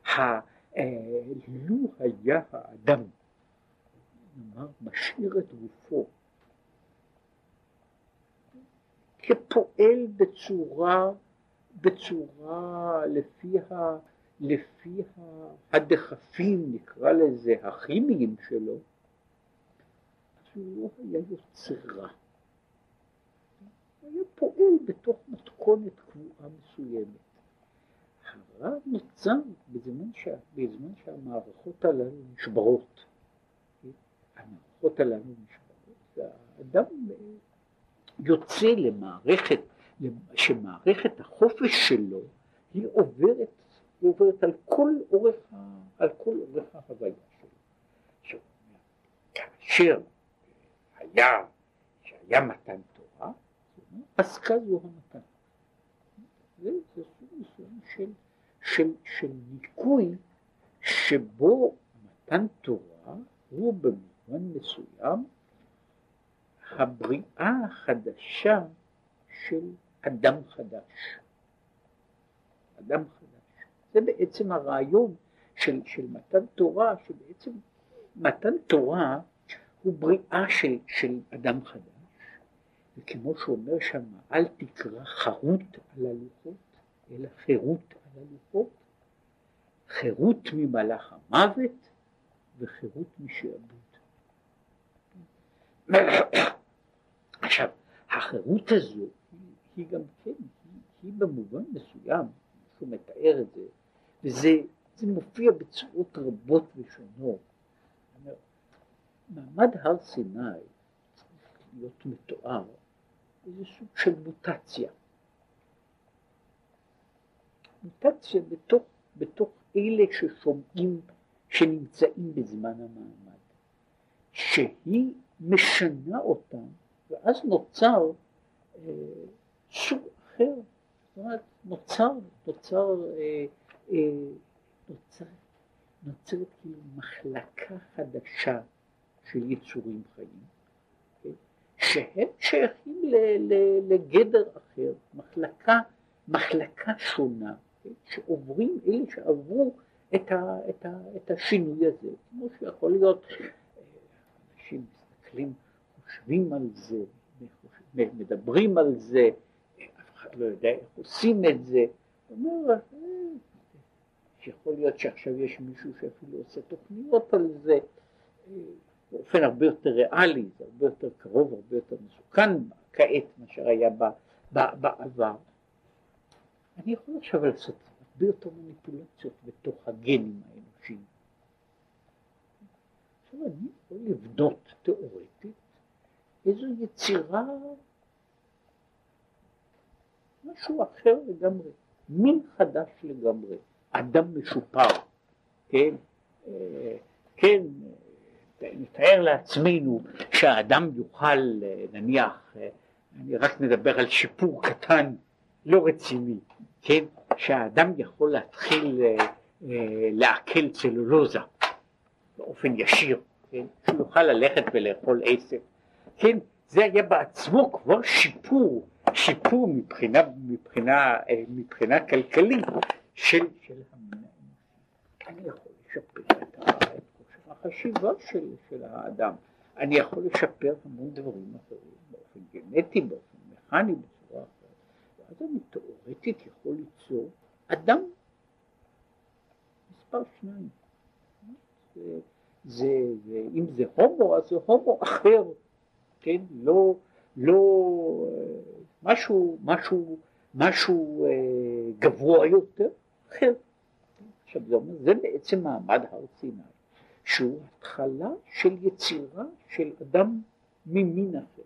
לו היה האדם, נאמר, משאיר את גופו, כפועל בצורה, בצורה לפי, ה, לפי הדחפים, נקרא לזה, הכימיים שלו, אז הוא לא היה יוצר רע. הוא היה פועל בתוך מתכונת קבועה מסוימת. הרע נוצר בזמן, שה, בזמן שהמערכות הללו נשברות. המערכות הללו נשברות. האדם יוצא למערכת, שמערכת החופש שלו היא עוברת, היא עוברת על כל אורך, על כל אורך ההוויה שלו. כאשר היה, שהיה מתן תורה, פסקה זו המתנה. זה, זה סוג מסוים של, של, של ניקוי שבו מתן תורה הוא במובן מסוים הבריאה החדשה של אדם חדש. אדם חדש. זה בעצם הרעיון של, של מתן תורה, שבעצם מתן תורה הוא בריאה של, של אדם חדש. וכמו שאומר שם, אל תקרא חרות על הלוחות, אלא חירות על הלוחות. חירות ממלאך המוות וחירות משעבוד. עכשיו, החירות הזו היא, היא גם כן, היא, היא במובן מסוים, שהוא מתאר את זה, וזה זה מופיע בצורות רבות ושונות. מעמד הר סיני צריך להיות מתואר איזה סוג של מוטציה. מוטציה בתוך, בתוך אלה ששומעים, שנמצאים בזמן המעמד, שהיא משנה אותם, ואז נוצר אה, סוג אחר. זאת אומרת, נוצר, נוצר, אה, אה, נוצר, נוצרת כאילו מחלקה חדשה של יצורים חיים, okay? שהם שייכים ל, ל, לגדר אחר, מחלקה, מחלקה שונה, okay? שעוברים, אלה שעברו את, ה, את, ה, את השינוי הזה, כמו שיכול להיות, אנשים מסתכלים, חושבים על זה, מדברים על זה, אף אחד לא יודע איך עושים את זה, אומר, שיכול להיות שעכשיו יש מישהו שאפילו עושה תוכניות על זה, באופן הרבה יותר ריאלי, זה הרבה יותר קרוב, הרבה יותר מסוכן כעת מאשר היה בעבר. אני יכול עכשיו לעשות הרבה יותר מניפולציות בתוך הגנים האנושיים. עכשיו אני יכול לבנות תיאורטית איזו יצירה, משהו אחר לגמרי, מין חדש לגמרי, אדם משופר, כן, כן, נתאר לעצמנו שהאדם יוכל, נניח, אני רק נדבר על שיפור קטן, לא רציני, כן, שהאדם יכול להתחיל לעכל צלולוזה באופן ישיר, כן, שהוא יוכל ללכת ולאכול עשב, כן, זה היה בעצמו כבר שיפור, שיפור מבחינה, מבחינה, מבחינה כלכלית של, של המין האנושי. אני יכול לשפר את החשיבה של, של האדם, אני יכול לשפר המון דברים אחרים, באופן גנטי, באופן מכני, בצורה אחרת, ואז אני תיאורטית יכול ליצור אדם מספר שניים. זה, זה, זה, אם זה הומו, אז זה הומו אחר, כן, לא, לא, משהו, משהו, משהו אה, גבוה יותר, אחר. עכשיו זה אומר, זה בעצם מעמד הר סיני, שהוא התחלה של יצירה של אדם ממין אחר.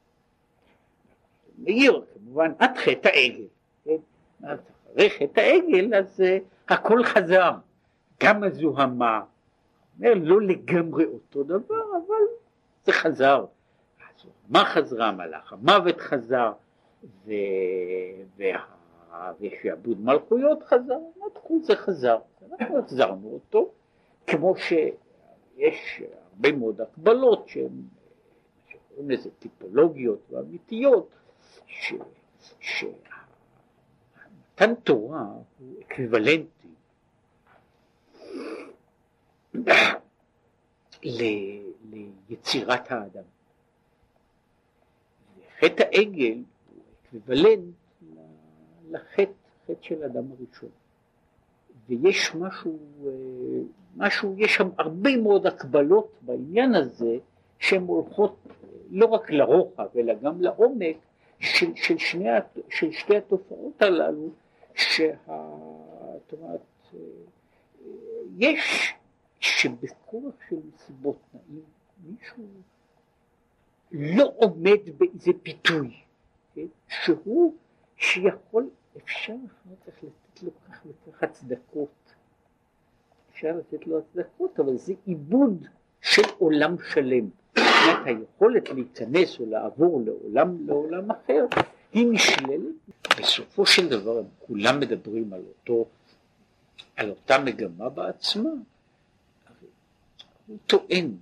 מאיר, כמובן, עד חטא העגל, כן? אחרי חטא העגל, אז uh, הכל חזר, גם הזוהמה, אומר, לא לגמרי אותו דבר, אבל זה חזר. הזוהמה חזרה, מלאך המוות חזר, ו... וה... ושעבוד מלכויות חזר, כל זה חזר, אנחנו החזרנו אותו, כמו שיש הרבה מאוד הקבלות שהן, שקוראים לזה טיפולוגיות ואמיתיות, ש... שמתן תורה הוא אקוויוולנטי ליצירת האדם. חטא העגל הוא אקוויוולנט לחטא, חטא של האדם הראשון. ויש משהו, משהו, יש שם הרבה מאוד הקבלות בעניין הזה, שהן הולכות לא רק לרוחב, אלא גם לעומק של, של, שני, של שתי התופעות הללו, שה... זאת אומרת, יש שבכוח של נסיבות תנאים, מישהו לא עומד באיזה פיתוי, כן? שהוא, שיכול, אפשר אחר כך לתת לו כך וכך הצדקות, אפשר לתת לו הצדקות, אבל זה עיבוד של עולם שלם. זאת היכולת להיכנס או לעבור לעולם, לעולם אחר, היא נשללת. בסופו של דבר, כולם מדברים על אותו, על אותה מגמה בעצמה. הוא טוען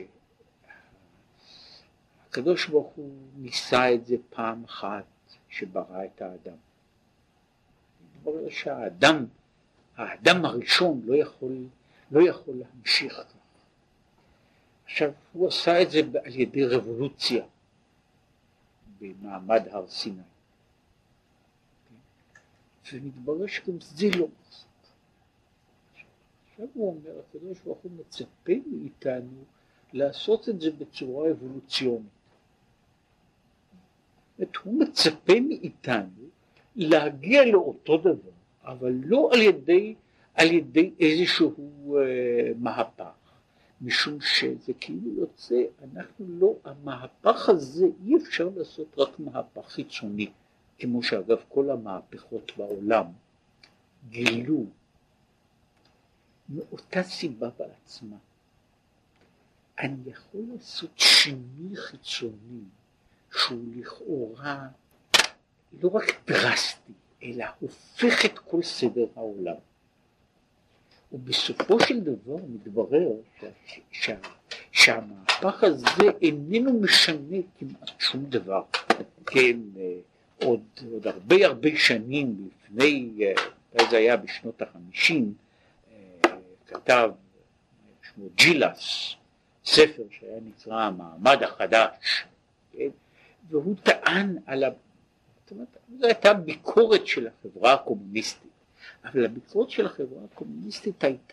שהקדוש ברוך הוא ניסה את זה פעם אחת שברא את האדם. מתברר שהאדם, האדם הראשון לא יכול, לא יכול להמשיך כך. עכשיו הוא עשה את זה על ידי רבולוציה במעמד הר סיני. ומתברר שגם זה לא עושה. עכשיו הוא אומר, הקדוש ברוך הוא מצפה מאיתנו לעשות את זה בצורה אבולוציונית. הוא מצפה מאיתנו להגיע לאותו דבר, אבל לא על ידי, על ידי איזשהו אה, מהפך, משום שזה כאילו יוצא, אנחנו לא, המהפך הזה אי אפשר לעשות רק מהפך חיצוני, כמו שאגב כל המהפכות בעולם גילו מאותה סיבה בעצמה. אני יכול לעשות שינוי חיצוני שהוא לכאורה לא רק דרסטי, אלא הופך את כל סדר העולם. ובסופו של דבר מתברר שה, שה, שהמהפך הזה איננו משנה כמעט שום דבר. כן, עוד, עוד הרבה הרבה שנים לפני, זה היה בשנות החמישים, כתב שמו ג'ילס, ספר שהיה נקרא המעמד החדש, כן? והוא טען על, זאת אומרת, זו הייתה ביקורת של החברה הקומוניסטית, אבל הביקורת של החברה הקומוניסטית הייתה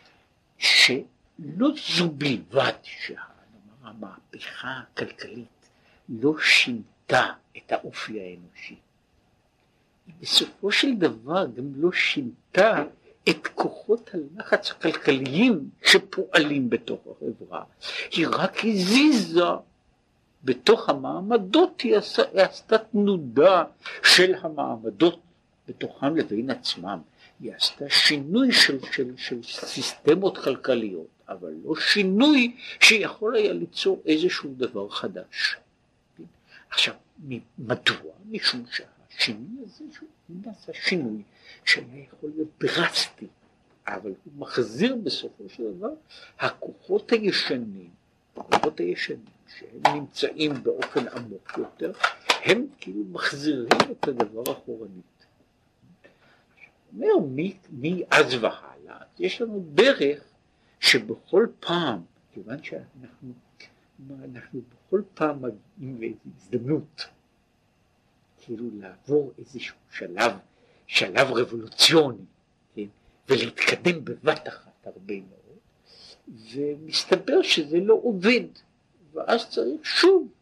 שלא זו בלבד שהמהפכה הכלכלית לא שינתה את האופי האנושי, בסופו של דבר גם לא שינתה את כוחות הלחץ הכלכליים שפועלים בתוך החברה. היא רק הזיזה בתוך המעמדות, היא עשתה תנודה של המעמדות בתוכם לבין עצמם. היא עשתה שינוי של, של, של סיסטמות כלכליות, אבל לא שינוי שיכול היה ליצור איזשהו דבר חדש. עכשיו, מדוע? משום שהשינוי הזה שהוא נעשה שינוי שהיה יכול להיות דרסטי, אבל הוא מחזיר בסופו של דבר הכוחות הישנים, הכוחות הישנים שהם נמצאים באופן עמוק יותר, הם כאילו מחזירים את הדבר אחורנית. אומר, מאז והלאה, יש לנו דרך שבכל פעם, כיוון שאנחנו אנחנו בכל פעם מגיעים לאיזו הזדמנות, כאילו לעבור איזשהו שלב, שלב רבולוציוני, כן? ולהתקדם בבת אחת הרבה מאוד, ומסתבר שזה לא עובד, ואז צריך שוב.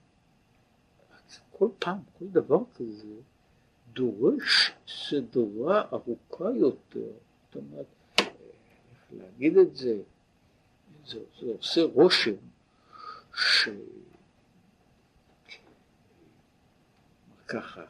כל פעם, כל דבר כזה, דורש סדרה ארוכה יותר, זאת אומרת, איך להגיד את זה, זה, זה עושה רושם, שככה,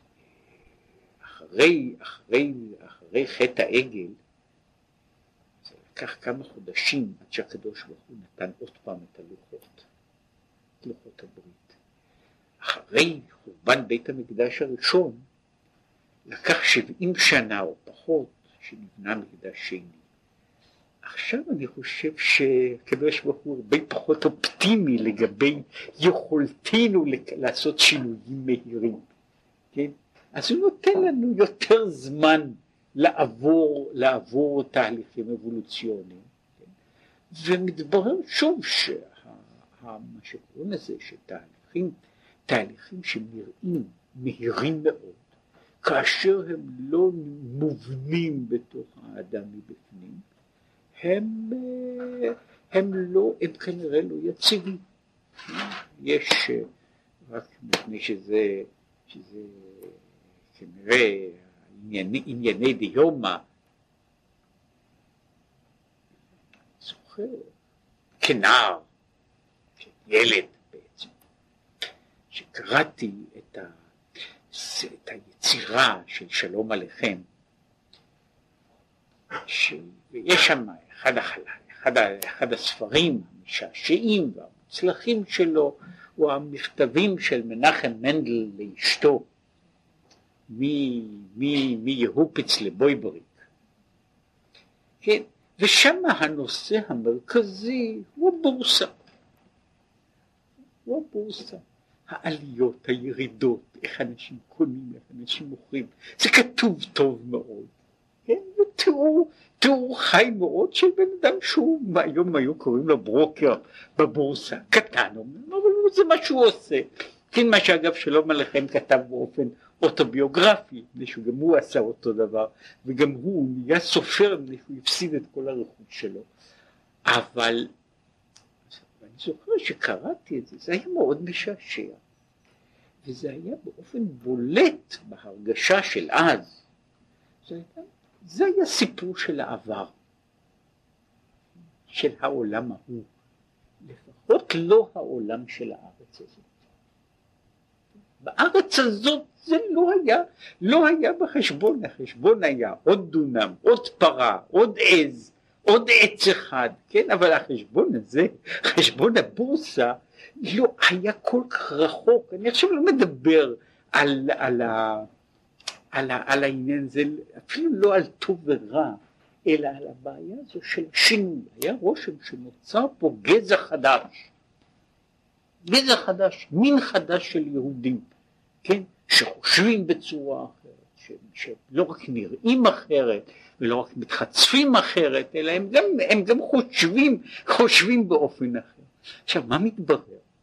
אחרי, אחרי, אחרי חטא העגל, זה לקח כמה חודשים עד שהקדוש ברוך הוא נתן עוד פעם את הלוחות, את לוחות הברית. אחרי חורבן בית המקדש הראשון, לקח שבעים שנה או פחות שנבנה מקדש שני. עכשיו אני חושב שהקדוש ברוך הוא הרבה פחות אופטימי לגבי יכולתנו לעשות שינויים מהירים, כן? אז הוא נותן לנו יותר זמן לעבור, לעבור תהליכים אבולוציוניים, כן? ומתברר שוב שמה שקוראים לזה שתהליכים, תהליכים שנראים מהירים מאוד, כאשר הם לא מובנים בתוך האדם מבפנים, הם, הם לא, הם כנראה לא יציבים. יש, רק מפני שזה, שזה כנראה ענייני, ענייני דיומא, זוכר, כנער, ילד בעצם, שקראתי את, ה, את היצירה של שלום עליכם, ויש שם אחד, אחד, אחד הספרים המשעשעים והמוצלחים שלו, הוא המכתבים של מנחם מנדל לאשתו, מיהופיץ לבויבריק. כן, ושם הנושא המרכזי הוא הבורסה. הוא הבורסה. העליות, הירידות, איך אנשים קונים, איך אנשים מוכרים. זה כתוב טוב מאוד. כן, ותיאור, תיאור חי מאוד של בן אדם שהוא, היום היו קוראים לו ברוקר בבורסה. קטן, אבל זה מה שהוא עושה. כן, מה שאגב שלום עליכם כתב באופן אוטוביוגרפי, משהו גם הוא עשה אותו דבר, וגם הוא נהיה סופר, הוא הפסיד את כל הרכוש שלו. אבל אני זוכר שקראתי את זה, זה היה מאוד משעשע, וזה היה באופן בולט בהרגשה של אז. זה היה, זה היה סיפור של העבר, של העולם ההוא, לפחות לא העולם של הארץ הזאת. בארץ הזאת זה לא היה, לא היה בחשבון, החשבון היה עוד דונם, עוד פרה, עוד עז, עוד עץ אחד, כן, אבל החשבון הזה, חשבון הבורסה, לא היה כל כך רחוק. אני עכשיו לא מדבר על, על, ה, על, ה, על העניין הזה, אפילו לא על טוב ורע, אלא על הבעיה הזו של שינוי. היה רושם שנוצר פה גזע חדש, גזע חדש, מין חדש של יהודים, כן, שחושבים בצורה אחרת, ש, שלא רק נראים אחרת, ולא רק מתחצפים אחרת, אלא הם גם, הם גם חושבים, חושבים באופן אחר. עכשיו, מה מתברר?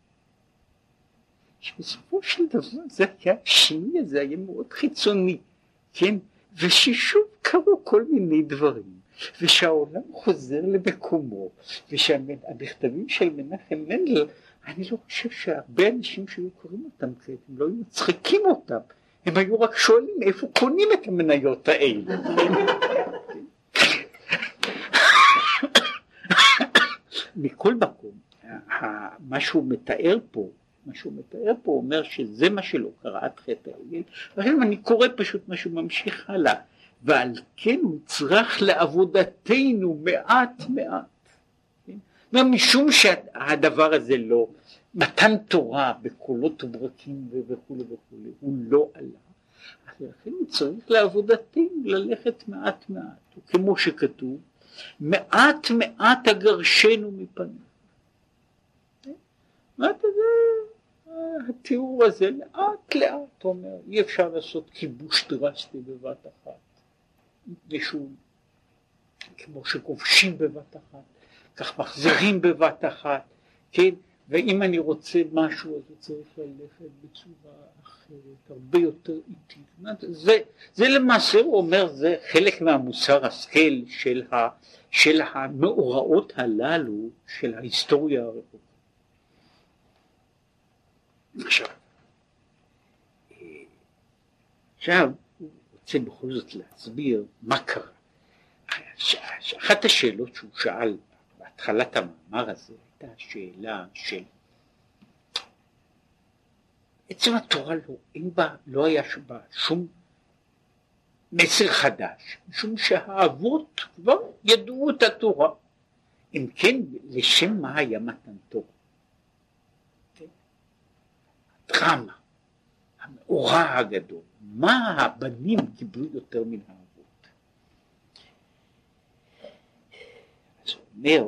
שבסופו של דבר זה היה, השינוי הזה היה מאוד חיצוני, כן, וששוב קרו כל מיני דברים, ושהעולם חוזר למקומו, ושהמכתבים של מנחם מנדל, אני לא חושב שהרבה אנשים שהיו קוראים אותם כעת, הם לא היו מצחיקים אותם, הם היו רק שואלים איפה קונים את המניות האלה. מכל מקום, מה שהוא מתאר פה, מה שהוא מתאר פה אומר שזה מה שלא קרה עד חטא העגל, ועכשיו אני קורא פשוט מה שהוא ממשיך הלאה, ועל כן הוא צריך לעבודתנו מעט מעט. משום שהדבר הזה לא, מתן תורה בקולות וברקים וכו' וכו', הוא לא עלה, אז לכן הוא צריך לעבודתנו ללכת מעט מעט, כמו שכתוב, מעט מעט אגרשנו מפניך. מעט הזה, התיאור הזה לאט לאט אומר, אי אפשר לעשות כיבוש דרסטי בבת אחת, משהו כמו שכובשים בבת אחת, כך מחזירים בבת אחת, כן, ואם אני רוצה משהו אז הוא צריך ללכת בצורה אחרת, הרבה יותר איטית. זה, זה למעשה הוא אומר, זה חלק מהמוסר השכל של, ה, של המאורעות הללו של ההיסטוריה הרחוקה. עכשיו, עכשיו הוא רוצה בכל זאת להסביר מה קרה. אחת השאלות שהוא שאל בהתחלת המאמר הזה הייתה השאלה של עצם התורה, לא, אין בה, לא היה בה שום מסר חדש, משום שהאבות כבר ידעו את התורה. אם כן, לשם מה היה מתן תורה? דרמה, המאורע הגדול, מה הבנים קיבלו יותר מן האבות? אז הוא אומר,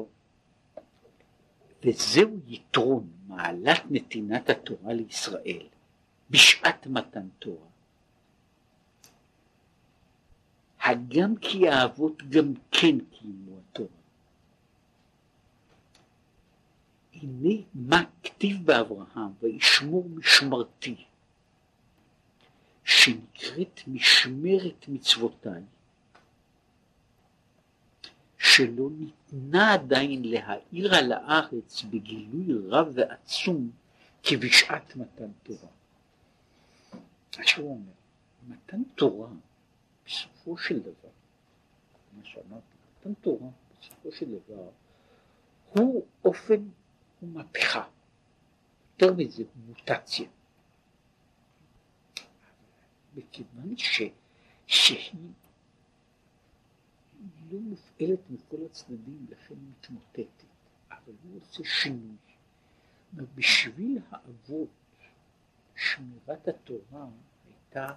וזהו יתרון מעלת נתינת התורה לישראל בשעת מתן תורה, הגם כי האבות גם כן קיימו התורה, הנה מה כתיב באברהם, וישמור משמרתי, שנקראת משמרת מצוותיי, שלא ניתנה עדיין להאיר על הארץ בגילוי רב ועצום כבשעת מתן תורה. עכשיו הוא אומר, מתן תורה בסופו של דבר, מה שאמרתי, מתן תורה בסופו של דבר הוא אופן, הוא מהפכה, יותר מזה הוא מוטציה. בכיוון ש, שהיא לא מופעלת מכל הצדדים, לכן מתמוטטת, אבל הוא עושה שינוי. בשביל האבות שמירת התורה הייתה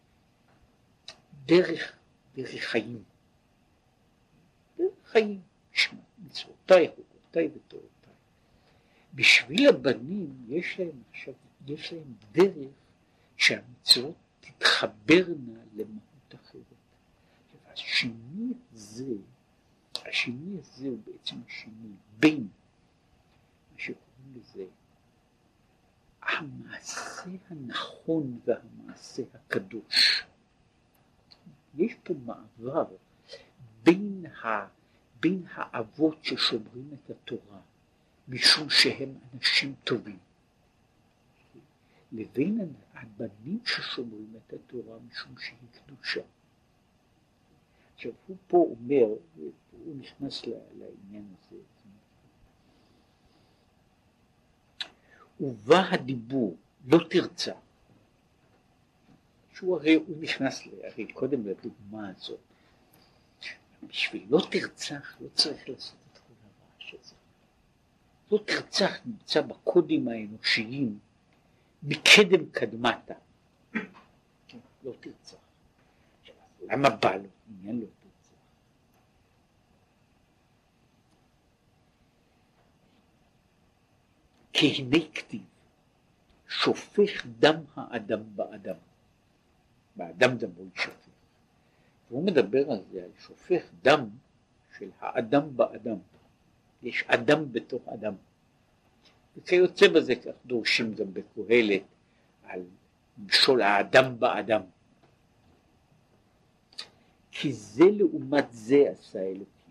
דרך, דרך חיים. דרך חיים, מצוותיי, חוקותיי ותורותיי. בשביל הבנים יש להם עכשיו, יש להם דרך שהמצוות תתחברנה למהות אחרת. השינוי הזה, השינוי הזה הוא בעצם השינוי בין מה שקוראים לזה המעשה הנכון והמעשה הקדוש. יש פה מעבר בין, ה, בין האבות ששומרים את התורה משום שהם אנשים טובים, לבין הבנים ששומרים את התורה משום שהיא קדושה. עכשיו הוא פה אומר, הוא נכנס לעניין הזה, ובא הדיבור לא תרצח, שהוא הרי הוא נכנס הרי קודם לדוגמה הזאת, בשביל לא תרצח לא צריך לעשות את כל הרעש הזה. לא תרצח נמצא בקודים האנושיים מקדם קדמתה, לא תרצח. למה בא לו? עניין לא תרצח. כי הנה כתיב, שופך דם האדם באדם. באדם דמו ישפך. והוא מדבר על זה, על שופך דם של האדם באדם. יש אדם בתוך אדם. וכיוצא בזה כך דורשים גם בקהלת על משול האדם באדם. כי זה לעומת זה עשה אלוקים.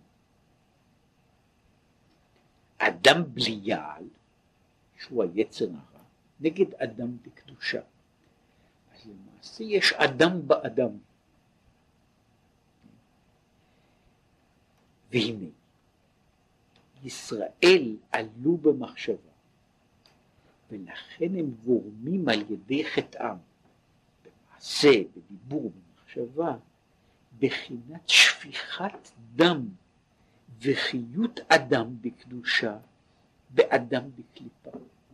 אדם בלי יעל, שהוא היצר הרע, נגד אדם בקדושה. אז למעשה יש אדם באדם. והנה, ישראל עלו במחשבה, ולכן הם גורמים על ידי חטאם, במעשה, בדיבור, במחשבה, בחינת שפיכת דם וחיות אדם בקדושה באדם בקליפה.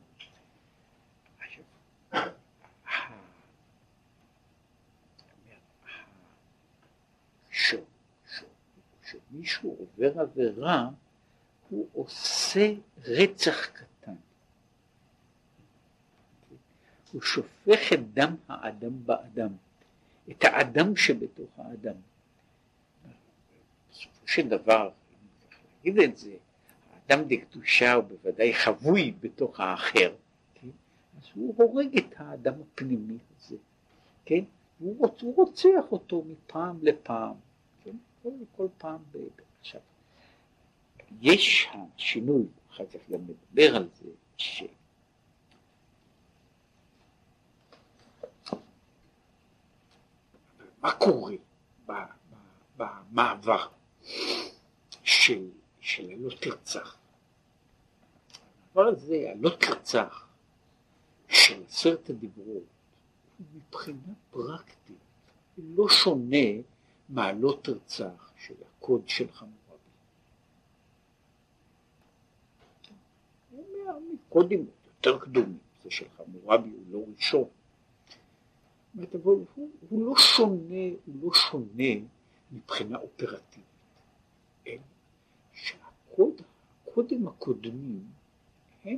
כשמישהו עובר עבירה הוא עושה רצח קטן, הוא שופך את דם האדם באדם, את האדם שבתוך האדם. בסופו של דבר, אם צריך להגיד את זה, האדם דקדושה הוא בוודאי חבוי בתוך האחר, כן? אז הוא הורג את האדם הפנימי הזה, כן? הוא, רוצ, הוא רוצח אותו מפעם לפעם, כן? כל, כל פעם ב... עכשיו, יש השינוי, אחר כך גם מדבר על זה, ש... מה קורה במעבר של, של הלא תרצח? המעבר הזה, הלא תרצח של עשרת הדיברות, מבחינה פרקטית, הוא לא שונה מהלא תרצח של הקוד של חמורבי. הוא אומר, מקודים יותר קדומים, זה של חמורבי הוא לא ראשון. הוא, הוא לא שונה, הוא לא שונה מבחינה אופרטיבית. אלא שהקוד, הקודים הקודמים הם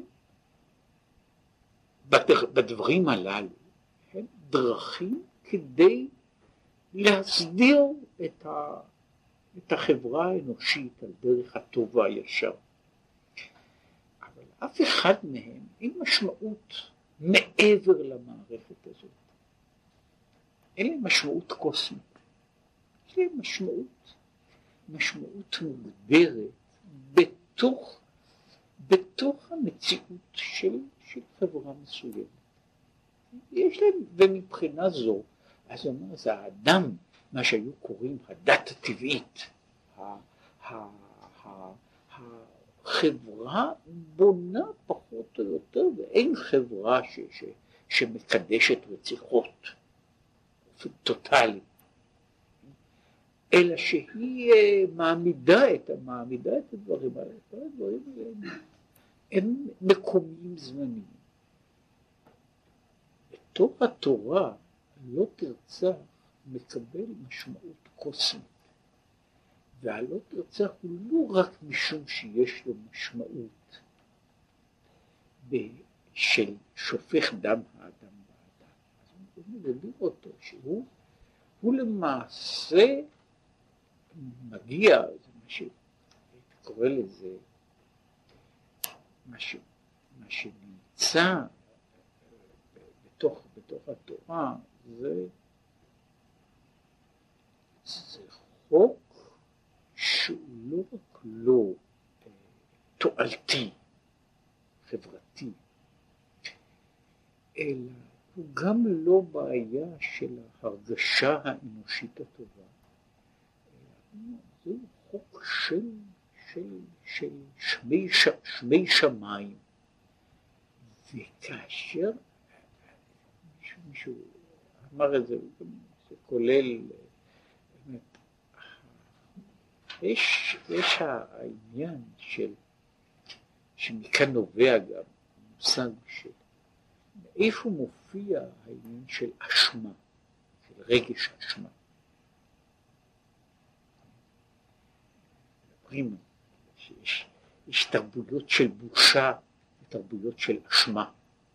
בדר, בדברים הללו הם דרכים כדי להסדיר את, ה, את החברה האנושית על דרך הטוב והישר. אבל אף אחד מהם אין משמעות מעבר למערכת הזאת. אין להם משמעות קוסמית. יש להם משמעות, משמעות מוגדרת בתוך, בתוך המציאות של, של חברה מסוימת. יש להם, ומבחינה זו, אז הוא אומר, זה האדם, מה שהיו קוראים הדת הטבעית, החברה בונה פחות או יותר, ואין חברה ש, ש, שמקדשת רציחות טוטאלי, אלא שהיא מעמידה את, מעמידה את הדברים האלה, כל הדברים האלה הם מקומיים זמניים. בתוך התורה לא תרצח מקבל משמעות קוסמית, והלא תרצח הוא לא רק משום שיש לו משמעות של שופך דם האדם באדם, אז הוא מלמד אותו שהוא הוא למעשה מגיע, זה מה שקורא לזה, מה, ש, מה שנמצא בתוך, בתוך התורה, זה, זה חוק שהוא לא רק לא תועלתי, חברתי, אלא הוא גם לא בעיה של ההרגשה האנושית הטובה. זהו חוק של, של, של שמי, ש, שמי שמיים. וכאשר מישהו, מישהו אמר את זה, זה כולל, באמת, יש, יש העניין של, שמכאן נובע גם מושג של, מאיפה מופיע העניין של אשמה, של רגש אשמה. מדברים שיש יש תרבויות של בושה ותרבויות של אשמה.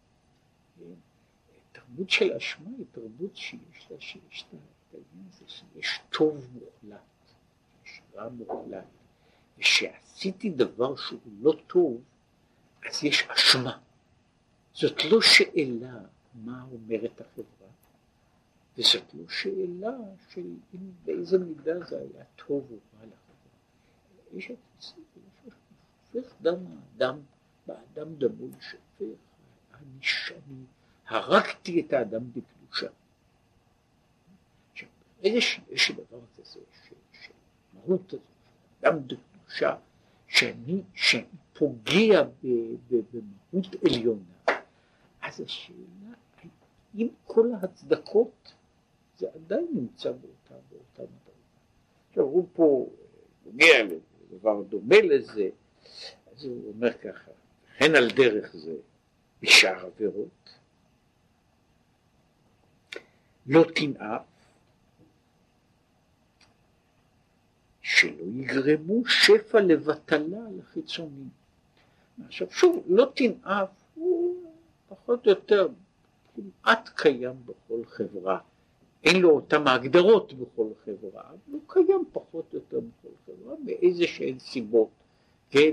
תרבות של אשמה היא תרבות שיש לה, שיש לה את העניין הזה, שיש טוב מוחלט, יש רע מוחלט, ושעשיתי דבר שהוא לא טוב, אז יש אשמה. זאת לא שאלה מה אומרת החברה, וזאת לא שאלה של אם באיזה מידה זה היה טוב או רע לחברה. יש את זה, שופך דם האדם, באדם דמו לשפך, אני הרגתי את האדם בקדושה. עכשיו, ברגע שיש דבר כזה, של מהות הזאת, אדם בקדושה, שאני פוגע במהות עליונה, אז השאלה, אם כל ההצדקות, זה עדיין נמצא באותה, באותה מדרגה. עכשיו, הוא פה נוגע לדבר דומה לזה, אז הוא אומר ככה, הן על דרך זה, בשאר עבירות, לא תנאף, שלא יגרמו שפע לבטלה לחיצונים. עכשיו שוב, לא תנאף הוא פחות או יותר כמעט קיים בכל חברה. אין לו אותם ההגדרות בכל חברה, אבל הוא קיים פחות או יותר בכל חברה, באיזה שהן סיבות, כן,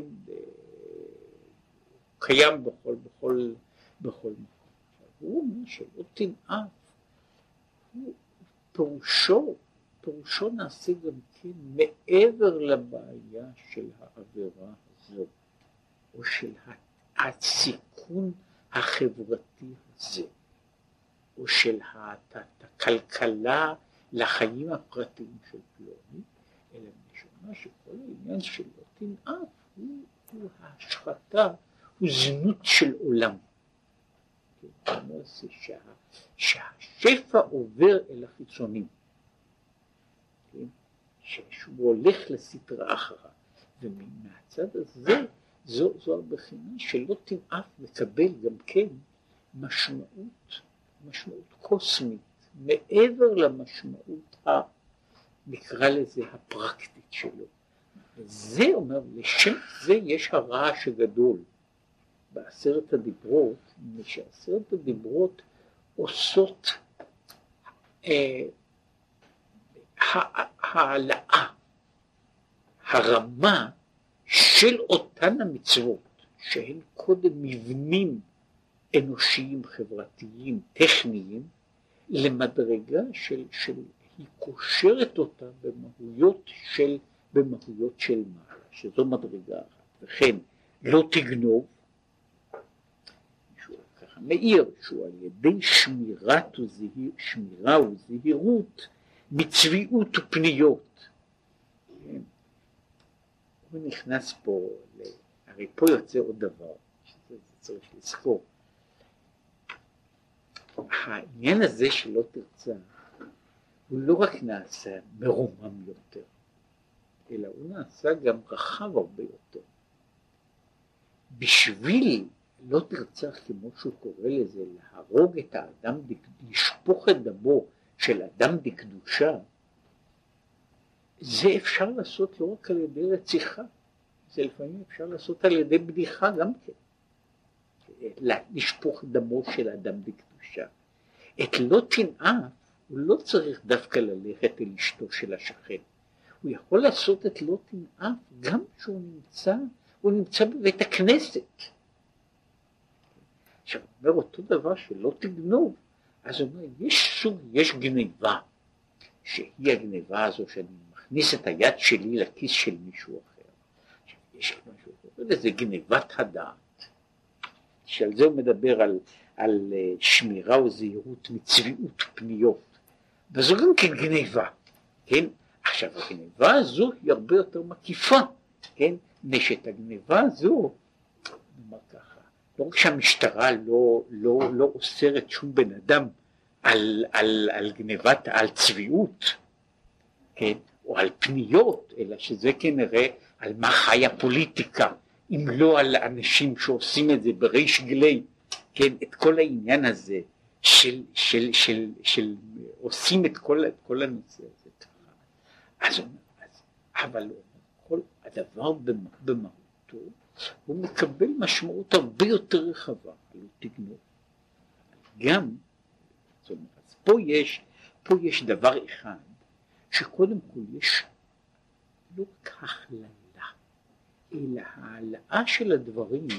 קיים בכל, בכל, בכל מקום. הוא אומר שלא תנאף, הוא פירושו, פירושו נעשה גם כן מעבר לבעיה של העבירה הזו, או של הסיכון החברתי הזה, או של הכלכלה לחיים הפרטיים של פלוני, אלא משום שכל העניין של לא תנאף הוא, הוא ההשחתה, הוא זנות של עולם. זאת אומרת שה, שהשפע עובר אל החיצונים, שהוא הולך לסתרה אחריו, ומהצד הזה זו, זו הבחינה שלא תנאף מקבל גם כן משמעות, משמעות קוסמית, מעבר למשמעות ה, נקרא לזה הפרקטית שלו. וזה אומר, לשם זה יש הרעש הגדול בעשרת הדיברות, שעשרת הדיברות עושות אה, העלאה, הרמה של אותן המצוות שהן קודם מבנים אנושיים, חברתיים, טכניים, למדרגה של, של היא קושרת אותה במהויות של, במהויות של מעלה, שזו מדרגה אחת. וכן, לא תגנוב, שהוא ככה מאיר, שהוא על ידי שמירת וזהיר, שמירה וזהירות, מצביעות ופניות. כן? הוא נכנס פה, הרי פה יוצא עוד דבר, שזה צריך לזכור. העניין הזה שלא תרצה, הוא לא רק נעשה מרומם יותר, אלא הוא נעשה גם רחב הרבה יותר. בשביל לא תרצה, כמו שהוא קורא לזה, להרוג את האדם, לשפוך את דמו של אדם דקדושה, זה אפשר לעשות לא רק על ידי רציחה, זה לפעמים אפשר לעשות על ידי בדיחה גם כן. לשפוך דמו של אדם דקדושה. את לא תנאף, הוא לא צריך דווקא ללכת אל אשתו של השכן. הוא יכול לעשות את לא תנאף גם כשהוא נמצא, הוא נמצא בבית הכנסת. עכשיו, הוא אומר אותו דבר שלא תגנוב, אז הוא אומר, יש סוג, יש גניבה, שהיא הגניבה הזו שאני מכניס את היד שלי לכיס של מישהו אחר. עכשיו, יש משהו, זה גניבת הדעת. שעל זה הוא מדבר על, על שמירה וזהירות מצביעות פניות. וזו גם כן גניבה, כן? עכשיו הגניבה הזו היא הרבה יותר מקיפה, כן? נשת הגניבה הזו, נאמר ככה, לא רק שהמשטרה לא, לא, לא אוסרת שום בן אדם על, על, על גניבת, על צביעות, כן? או על פניות, אלא שזה כנראה על מה חיה פוליטיקה, אם לא על אנשים שעושים את זה בריש גלי, כן? את כל העניין הזה של, של, של, של עושים את כל, את כל הנושא הזה. אז, אז, אבל כל הדבר במהותו, הוא מקבל משמעות הרבה יותר רחבה, לא תגנוב. גם, זאת אומרת, אז פה יש, פה יש דבר אחד, שקודם כל יש לא רק הכללה, אלא העלאה של הדברים,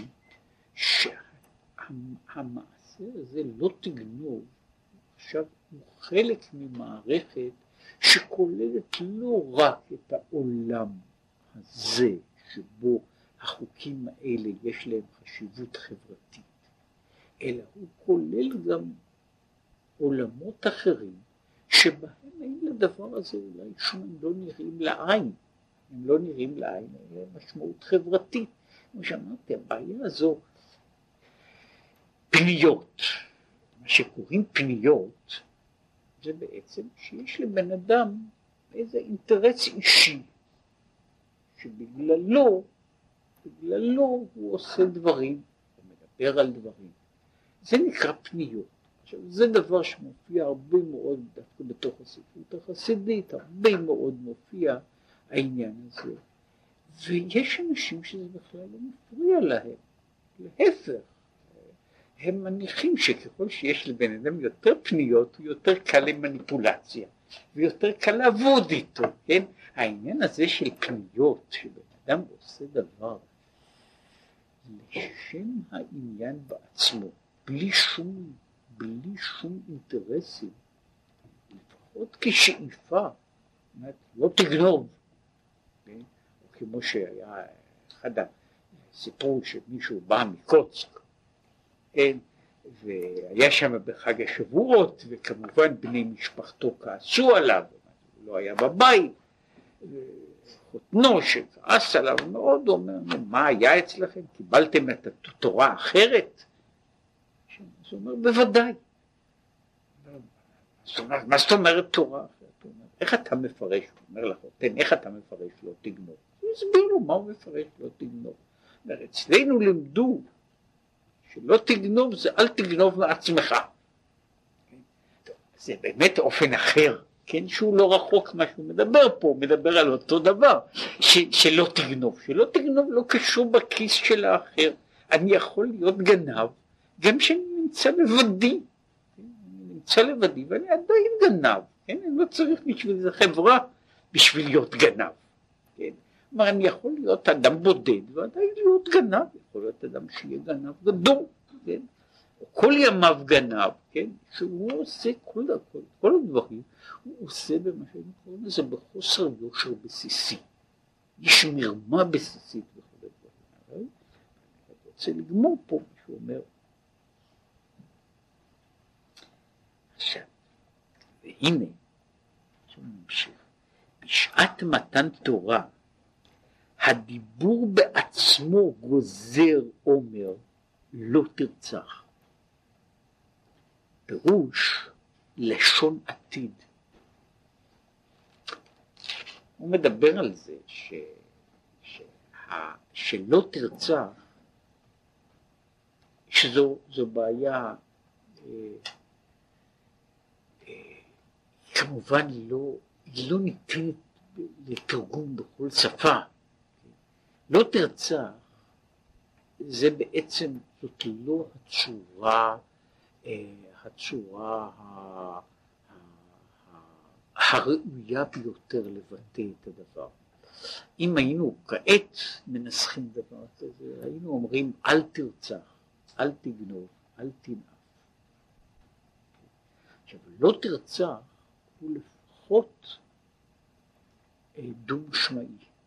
שהמעשה הזה לא תגנוב, עכשיו הוא חלק ממערכת שכוללת לא רק את העולם הזה, שבו החוקים האלה יש להם חשיבות חברתית, אלא הוא כולל גם עולמות אחרים, שבהם אין לדבר הזה אולי שום לא נראים לעין, הם לא נראים לעין, אלא משמעות חברתית. כמו שאמרתי, הבעיה הזו, פניות, מה שקוראים פניות, זה בעצם שיש לבן אדם איזה אינטרס אישי, שבגללו, בגללו הוא עושה דברים, הוא מדבר על דברים. זה נקרא פניות. עכשיו, זה דבר שמופיע הרבה מאוד, דווקא בתוך הספרות החסידית, הרבה מאוד מופיע העניין הזה. ויש אנשים שזה בכלל לא מפריע להם. להפך, הם מניחים שככל שיש לבן אדם יותר פניות, הוא יותר קל למניפולציה, ויותר קל לעבוד איתו, כן? העניין הזה של פניות, שבן אדם עושה דבר לשם העניין בעצמו, בלי שום, בלי שום אינטרסים, לפחות כשאיפה, אומרת, לא תגנוב, כן? או כמו שהיה אחד הסיפור שמישהו בא מקוצק, כן, והיה שם בחג השבועות, וכמובן בני משפחתו כעסו עליו, הוא לא היה בבית, חותנו שכעס עליו מאוד, הוא אומר, מה היה אצלכם? קיבלתם את התורה האחרת? אז הוא אומר, בוודאי. מה זאת אומרת תורה אחרת? הוא אומר, איך אתה מפרש? הוא אומר לך, איך אתה מפרש לא תגנוב? הוא הסביר לו מה הוא מפרש לא תגנוב. הוא אומר, אצלנו למדו, שלא תגנוב זה אל תגנוב מעצמך. זה באמת אופן אחר, כן, שהוא לא רחוק מה שהוא מדבר פה, הוא מדבר על אותו דבר, ש, שלא תגנוב, שלא תגנוב לא קשור בכיס של האחר. אני יכול להיות גנב, גם שאני נמצא לבדי, כן? אני נמצא לבדי ואני עדיין גנב, כן? אני לא צריך בשביל זה חברה, בשביל להיות גנב, כן? כלומר, אני יכול להיות אדם בודד, ועדיין להיות גנב, יכול להיות אדם שיהיה גנב גדול, כן? או כל ימיו גנב, כן? שהוא עושה כל, כל, כל הדברים, הוא עושה במה שאני קוראים לזה בחוסר יושר בסיסי. יש מרמה בסיסית וכל הדברים. אני רוצה לגמור פה, שהוא אומר, עכשיו, והנה, עכשיו נמשיך, בשעת מתן תורה, הדיבור בעצמו גוזר אומר, לא תרצח. פירוש לשון עתיד. הוא מדבר על זה ש, שה, שלא תרצח, שזו זו בעיה, אה, אה, כמובן לא, היא לא ניתנת לתרגום בכל שפה. לא תרצח, זה בעצם, זאת לא הצורה, אה, הצורה ה, הראויה ביותר לבטא את הדבר. אם היינו כעת מנסחים דבר כזה, היינו אומרים אל תרצח, אל תגנוב, אל תנאף. עכשיו, לא תרצח הוא לפחות דו משמעי,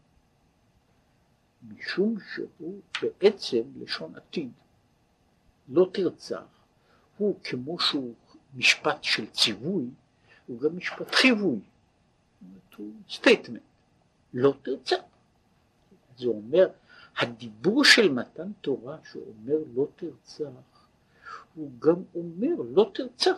משום שהוא בעצם לשון עתיד. לא תרצח הוא כמו שהוא משפט של ציווי, הוא גם משפט חיווי, הוא סטייטמנט, לא תרצח. זה אומר, הדיבור של מתן תורה שאומר לא תרצח, הוא גם אומר לא תרצח.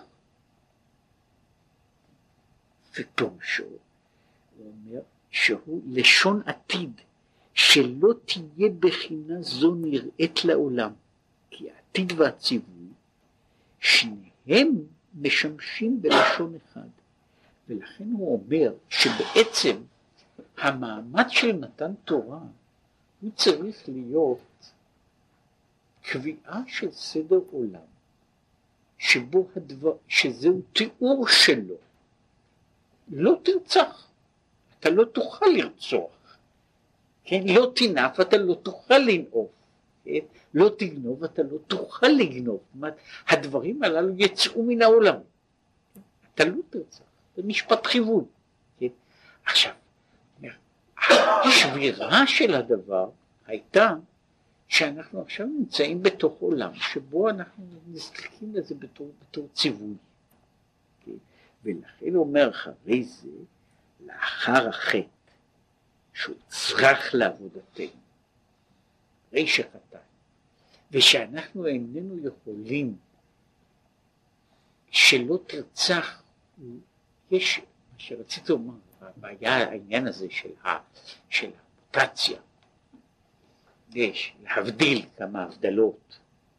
ופירושו, הוא אומר שהוא לשון עתיד, שלא תהיה בחינה זו נראית לעולם, כי העתיד והציווי, שניהם משמשים בלשון אחד. ולכן הוא אומר שבעצם המעמד של מתן תורה הוא צריך להיות קביעה של סדר עולם שבו הדבר, שזהו תיאור שלו. לא תרצח, אתה לא תוכל לרצוח, כן? לא תנאף, אתה לא תוכל לנאוף, כן? לא תגנוב, אתה לא תוכל לגנוב. זאת אומרת, הדברים הללו יצאו מן העולם, אתה לא תרצח, זה משפט חיווי, כן? עכשיו, השבירה של הדבר הייתה שאנחנו עכשיו נמצאים בתוך עולם שבו אנחנו מסתכלים לזה בתור, בתור ציווי, כן? ולכן הוא אומר אחרי זה, לאחר החטא שהוא צריך לעבודתנו, הרי שחטא, ושאנחנו איננו יכולים שלא תרצח, יש מה שרציתי לומר, הבעיה, העניין הזה של, ה, של המוטציה, יש להבדיל כמה הבדלות,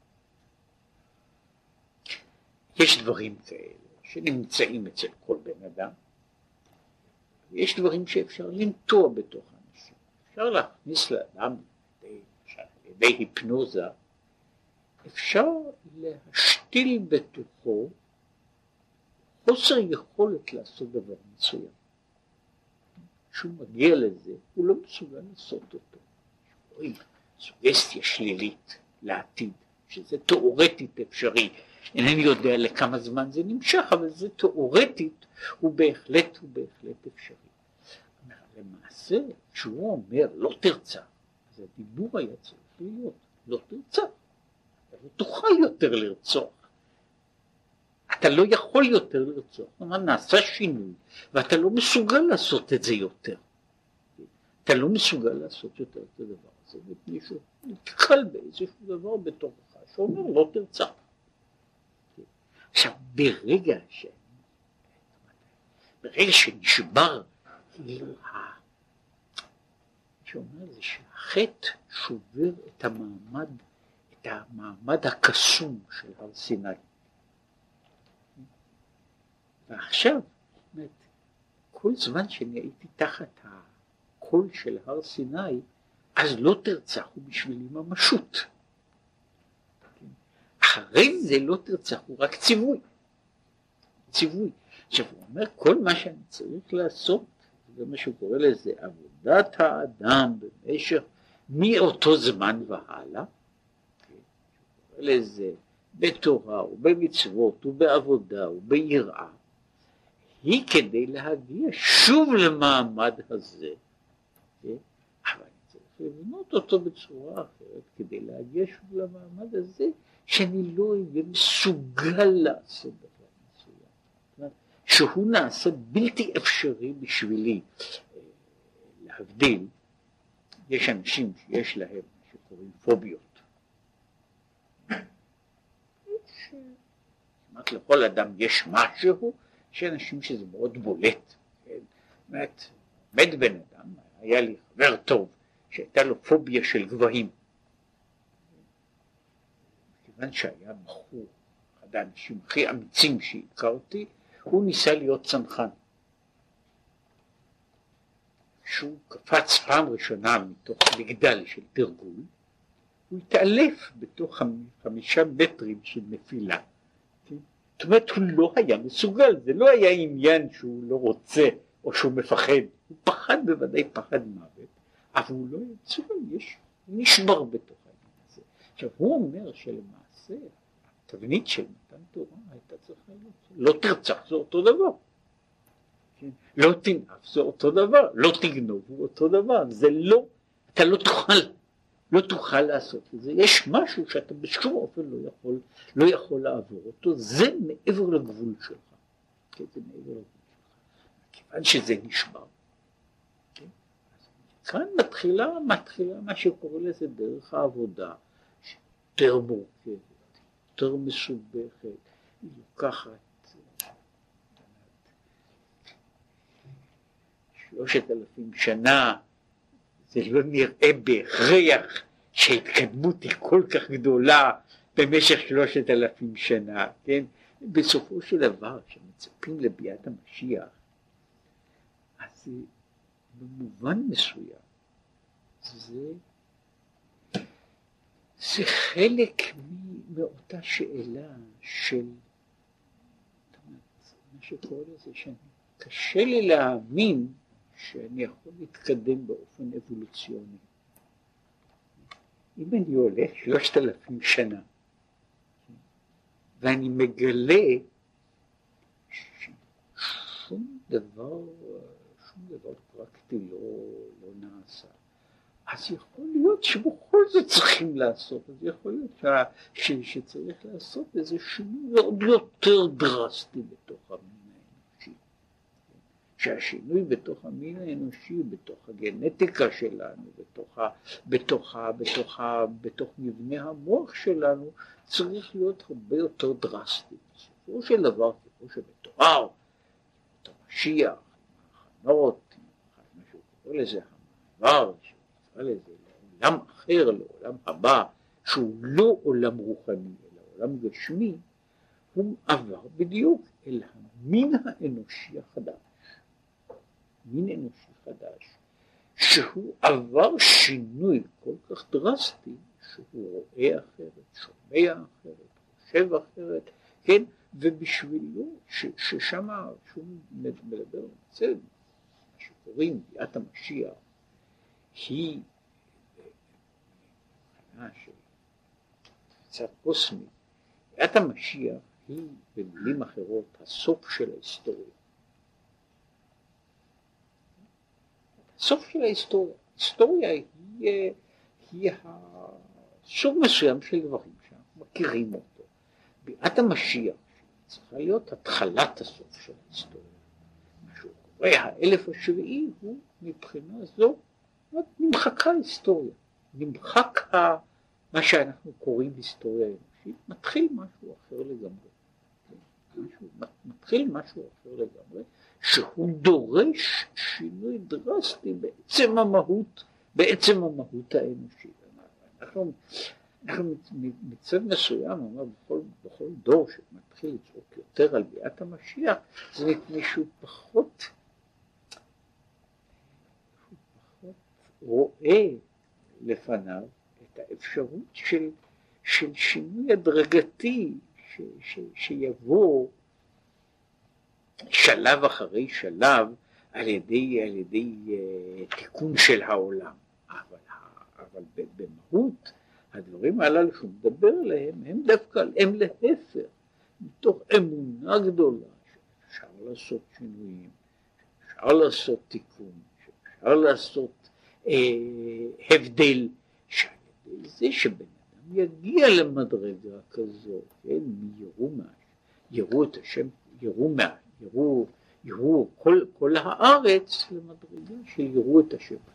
יש דברים כאלה שנמצאים אצל כל בן אדם, יש דברים שאפשר לנטוע בתוך אנשים, אפשר להכניס לאדם על ידי היפנוזה, אפשר להשתיל בתוכו חוסר יכולת לעשות דבר מסוים. כשהוא מגיע לזה, הוא לא מסוגל לעשות אותו. רואים, סוגסטיה שלילית לעתיד, שזה תיאורטית אפשרי. אינני יודע לכמה זמן זה נמשך, אבל זה תיאורטית, הוא בהחלט, הוא בהחלט אפשרי. למעשה, כשהוא אומר לא תרצח, אז הדיבור היה צריך להיות, לא תרצח. אתה לא תוכל יותר לרצוח. אתה לא יכול יותר לרצוח. זאת אומרת, נעשה שינוי, ואתה לא מסוגל לעשות את זה יותר. אתה לא מסוגל לעשות יותר את הדבר הזה, ומישהו נתקל באיזשהו דבר בתוכך, שאומר לא תרצח. עכשיו, ברגע ש... ברגע שנשבר, כאילו, שאומר זה שהחטא שובר את המעמד, את המעמד הקסום של הר סיני. ועכשיו, באמת, כל זמן שאני הייתי תחת הקול של הר סיני, אז לא תרצח הוא בשבילי ממשות. אחרי זה לא תרצח הוא רק ציווי. ציווי. עכשיו הוא אומר, כל מה שאני צריך לעשות, זה מה שהוא קורא לזה עבודת האדם במשך מאותו זמן והלאה, קורא לזה בתורה ובמצוות ובעבודה וביראה, היא כדי להגיע שוב למעמד הזה, אבל אני צריך לבנות אותו בצורה אחרת כדי להגיע שוב למעמד הזה שאני לא אהיה מסוגל לעשות דבר מסוים, שהוא נעשה בלתי אפשרי בשבילי. להבדיל, יש אנשים שיש להם שקוראים פוביות, כמעט לכל אדם יש משהו, יש אנשים שזה מאוד בולט, כן? באמת, מת בן אדם, היה לי חבר טוב שהייתה לו פוביה של גבהים, כיוון שהיה בחור, אחד האנשים הכי אמיצים שהכרתי, הוא ניסה להיות צנחן. כשהוא קפץ פעם ראשונה מתוך מגדל של תרגול, הוא התעלף בתוך חמישה מטרים של נפילה. כן? זאת אומרת, הוא לא היה מסוגל, זה לא היה עניין שהוא לא רוצה או שהוא מפחד, הוא פחד בוודאי פחד מוות, אבל הוא לא היה מסוגל, יש נשבר בתוך העניין הזה. עכשיו, הוא אומר שלמעשה, התבנית של מתן תורה הייתה צריכה להיות, לא תרצח, זה אותו דבר. כן? לא תנאף, זה אותו דבר, לא תגנוב, הוא אותו דבר, זה לא, אתה לא תוכל, לא תוכל לעשות את זה, יש משהו שאתה בשום אופן לא יכול, לא יכול לעבור אותו, זה מעבר לגבול שלך, כן? זה מעבר לגבול שלך, כיוון שזה נשבר, כן? אז כאן מתחילה, מתחילה מה שקורא לזה דרך העבודה, יותר מורכבת, יותר מסובכת, היא לוקחת שלושת אלפים שנה, זה לא נראה בהכרח שההתקדמות היא כל כך גדולה במשך שלושת אלפים שנה, כן? בסופו של דבר, כשמצפים לביאת המשיח, אז במובן מסוים, זה, זה חלק מאותה שאלה של, מה שקורא לזה, שאני קשה לי להאמין שאני יכול להתקדם באופן אבולוציוני. אם אני הולך שלושת אלפים שנה, ואני מגלה ששום דבר, שום דבר פרקטי לא, לא נעשה, אז יכול להיות שבכל זאת צריכים לעשות, אז יכול להיות ש, ש, שצריך לעשות איזה שינוי עוד יותר דרסטי בתוך המין האנושי. שהשינוי בתוך המין האנושי, בתוך הגנטיקה שלנו, בתוך, ה, בתוך, ה, בתוך, ה, בתוך מבנה המוח שלנו, צריך להיות הרבה יותר דרסטי. בסופו של דבר, כמו שבתואר, את המשיח, ההכנות, מה שהוא קורא לזה, המעבר, שהוא קורא לזה לעולם אחר, לעולם הבא, שהוא לא עולם רוחני, אלא עולם גשמי, הוא עבר בדיוק אל המין האנושי החדש. מין אנושי חדש, שהוא עבר שינוי כל כך דרסטי, שהוא רואה אחרת, שומע אחרת, חושב אחרת, כן? ובשבילו, ש, ששם, שהוא מדבר על זה, מה שקוראים ביאת המשיח, היא מבחינה של תפיסה קוסמית, ביאת המשיח היא במילים אחרות הסוף של ההיסטוריה. הסוף של ההיסטוריה. ההיסטוריה היא, היא סוג מסוים של דברים שאנחנו מכירים אותו. ביאת המשיח צריכה להיות התחלת הסוף של ההיסטוריה. מה שהוא קורא, האלף השביעי הוא מבחינה זו, נמחקה היסטוריה. נמחק מה שאנחנו קוראים היסטוריה אנושית, מתחיל משהו אחר לגמרי. משהו, מתחיל משהו אחר לגמרי, שהוא דורש שינוי דרסטי בעצם המהות, בעצם המהות האנושית. אנחנו, אנחנו מצב מסוים, אומר, בכל, בכל דור שמתחיל לצעוק יותר על ביאת המשיח, זה מפני שהוא פחות, הוא פחות רואה לפניו את האפשרות של, של שינוי הדרגתי, ש, ש, שיבוא שלב אחרי שלב על ידי, על ידי uh, תיקון של העולם, אבל, אבל במהות הדברים הללו שהוא מדבר עליהם הם דווקא, הם להפך, מתוך אמונה גדולה שאפשר לעשות שינויים, שאפשר לעשות תיקון, שאפשר לעשות אה, הבדל, שעל ידי זה שבן אדם יגיע למדרגה כזו, כן, מיראו מה, יראו את השם, יראו מה, יראו, יראו כל, כל הארץ למדרגה של יראו את השם.